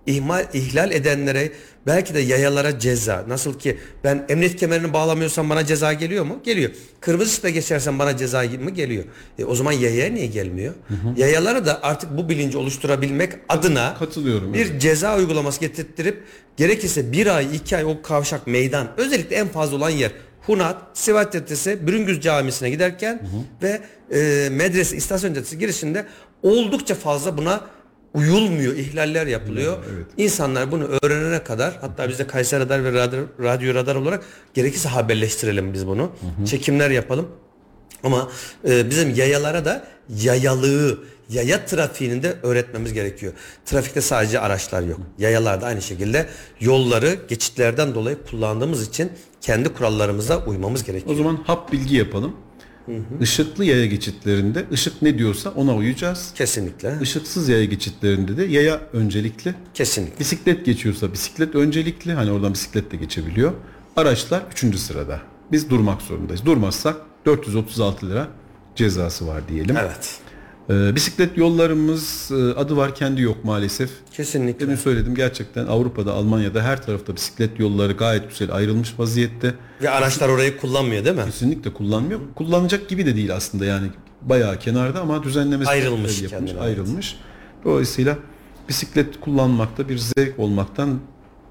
İhlal edenlere belki de yayalara ceza. Nasıl ki ben emniyet kemerini bağlamıyorsam bana ceza geliyor mu? Geliyor. Kırmızı ışıkta geçersen bana ceza mı? Geliyor. O zaman yayaya niye gelmiyor? Yayalara da artık bu bilinci oluşturabilmek adına katılıyorum, bir ceza uygulaması getirttirip gerekirse 1 ay, 2 ay o kavşak, meydan, özellikle en fazla olan yer Hunat, Sıvat Caddesi, Bürüngüz Camisi'ne giderken ve medrese, istasyon caddesi girişinde oldukça fazla buna uyulmuyor, ihlaller yapılıyor. Evet. İnsanlar bunu öğrenene kadar, hatta biz de Kayseri Radar ve Radyo Radar olarak gerekirse haberleştirelim biz bunu. Çekimler yapalım. Ama bizim yayalara da yayalığı, yaya trafiğini de öğretmemiz gerekiyor. Trafikte sadece araçlar yok. Yayalar da aynı şekilde yolları geçitlerden dolayı kullandığımız için kendi kurallarımıza uymamız gerekiyor. O zaman hap bilgi yapalım. Işıklı yaya geçitlerinde ışık ne diyorsa ona uyacağız. Kesinlikle. Işıksız yaya geçitlerinde de yaya öncelikli. Kesinlikle. Bisiklet geçiyorsa bisiklet öncelikli. Hani oradan bisiklet de geçebiliyor. Araçlar 3. sırada. Biz durmak zorundayız. Durmazsak 436 lira cezası var diyelim. Evet. Bisiklet yollarımız adı var kendi yok maalesef. Kesinlikle. Demin söyledim, gerçekten Avrupa'da, Almanya'da her tarafta bisiklet yolları gayet güzel ayrılmış vaziyette. Ve araçlar orayı kullanmıyor değil mi? Kesinlikle kullanmıyor. Kullanacak gibi de değil aslında, yani bayağı kenarda ama düzenlemesi ayrılmış, yapılmış, ayrılmış. Dolayısıyla bisiklet kullanmakta bir zevk olmaktan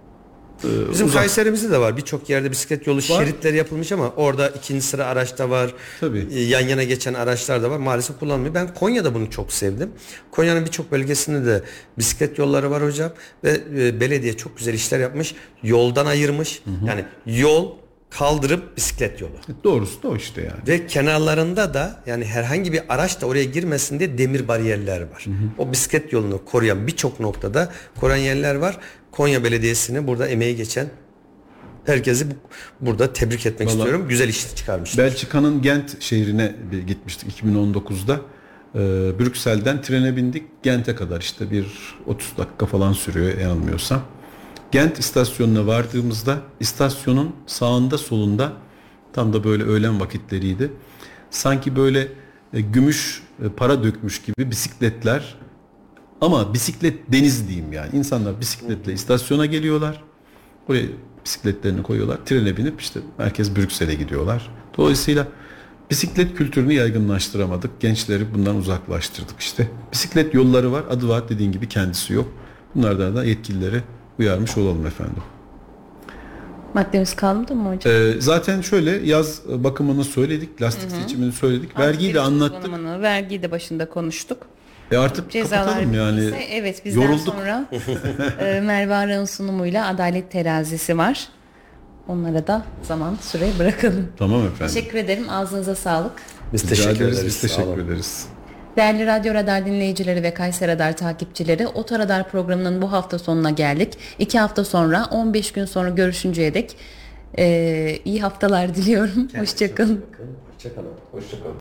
bizim Kayseri'mizde de var. Birçok yerde bisiklet yolu şeritleri yapılmış ama orada 2. sıra araçta var. Tabii. Yan yana geçen araçlar da var. Maalesef kullanmıyor. Ben Konya'da bunu çok sevdim. Konya'nın birçok bölgesinde de bisiklet yolları var hocam. Ve belediye çok güzel işler yapmış. Yoldan ayırmış. Yani yol, kaldırıp bisiklet yolu. Doğrusu da o işte yani. Ve kenarlarında da yani herhangi bir araç da oraya girmesin diye demir bariyerler var. O bisiklet yolunu koruyan birçok noktada koruyan yerler var. Konya Belediyesi'ne burada emeği geçen Herkesi burada tebrik etmek istiyorum. Güzel iş çıkarmışlar. Belçika'nın Gent şehrine gitmiştik 2019'da. Brüksel'den trene bindik. Gent'e kadar işte bir 30 dakika falan sürüyor yanılmıyorsam. Gent istasyonuna vardığımızda istasyonun sağında solunda, tam da böyle öğlen vakitleriydi, sanki böyle gümüş para dökmüş gibi bisikletler, ama bisiklet denizi diyeyim yani. İnsanlar bisikletle istasyona geliyorlar. Oraya bisikletlerini koyuyorlar. Trene binip işte merkez Brüksel'e gidiyorlar. Dolayısıyla bisiklet kültürünü yaygınlaştıramadık. Gençleri bundan uzaklaştırdık işte. Bisiklet yolları var. Adı var, dediğin gibi kendisi yok. Bunlardan da yetkilileri uyarmış olalım efendim. Maddemiz kalmadı mı hocam? Zaten şöyle, yaz bakımını söyledik. Lastik seçimini söyledik. Vergiyi de anlattık. Vergiyi de başında konuştuk. Artık kapatalım yani. Evet, bizden yorulduk. sonra Merve Arak'ın sunumuyla Adalet Terazisi var. Onlara da süre bırakalım. Tamam efendim. Teşekkür ederim. Ağzınıza sağlık. Biz teşekkür ederiz. Biz teşekkür ederiz. Değerli Radyo Radar dinleyicileri ve Kayseri Radar takipçileri, Otoradar programının bu hafta sonuna geldik. 2 hafta sonra, 15 gün sonra görüşünceye dek iyi haftalar diliyorum. Hoşçakalın. Hoşçakalın.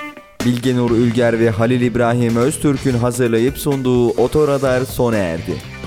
Bilge Nur Ülger ve Halil İbrahim Öztürk'ün hazırlayıp sunduğu Otoradar sona erdi.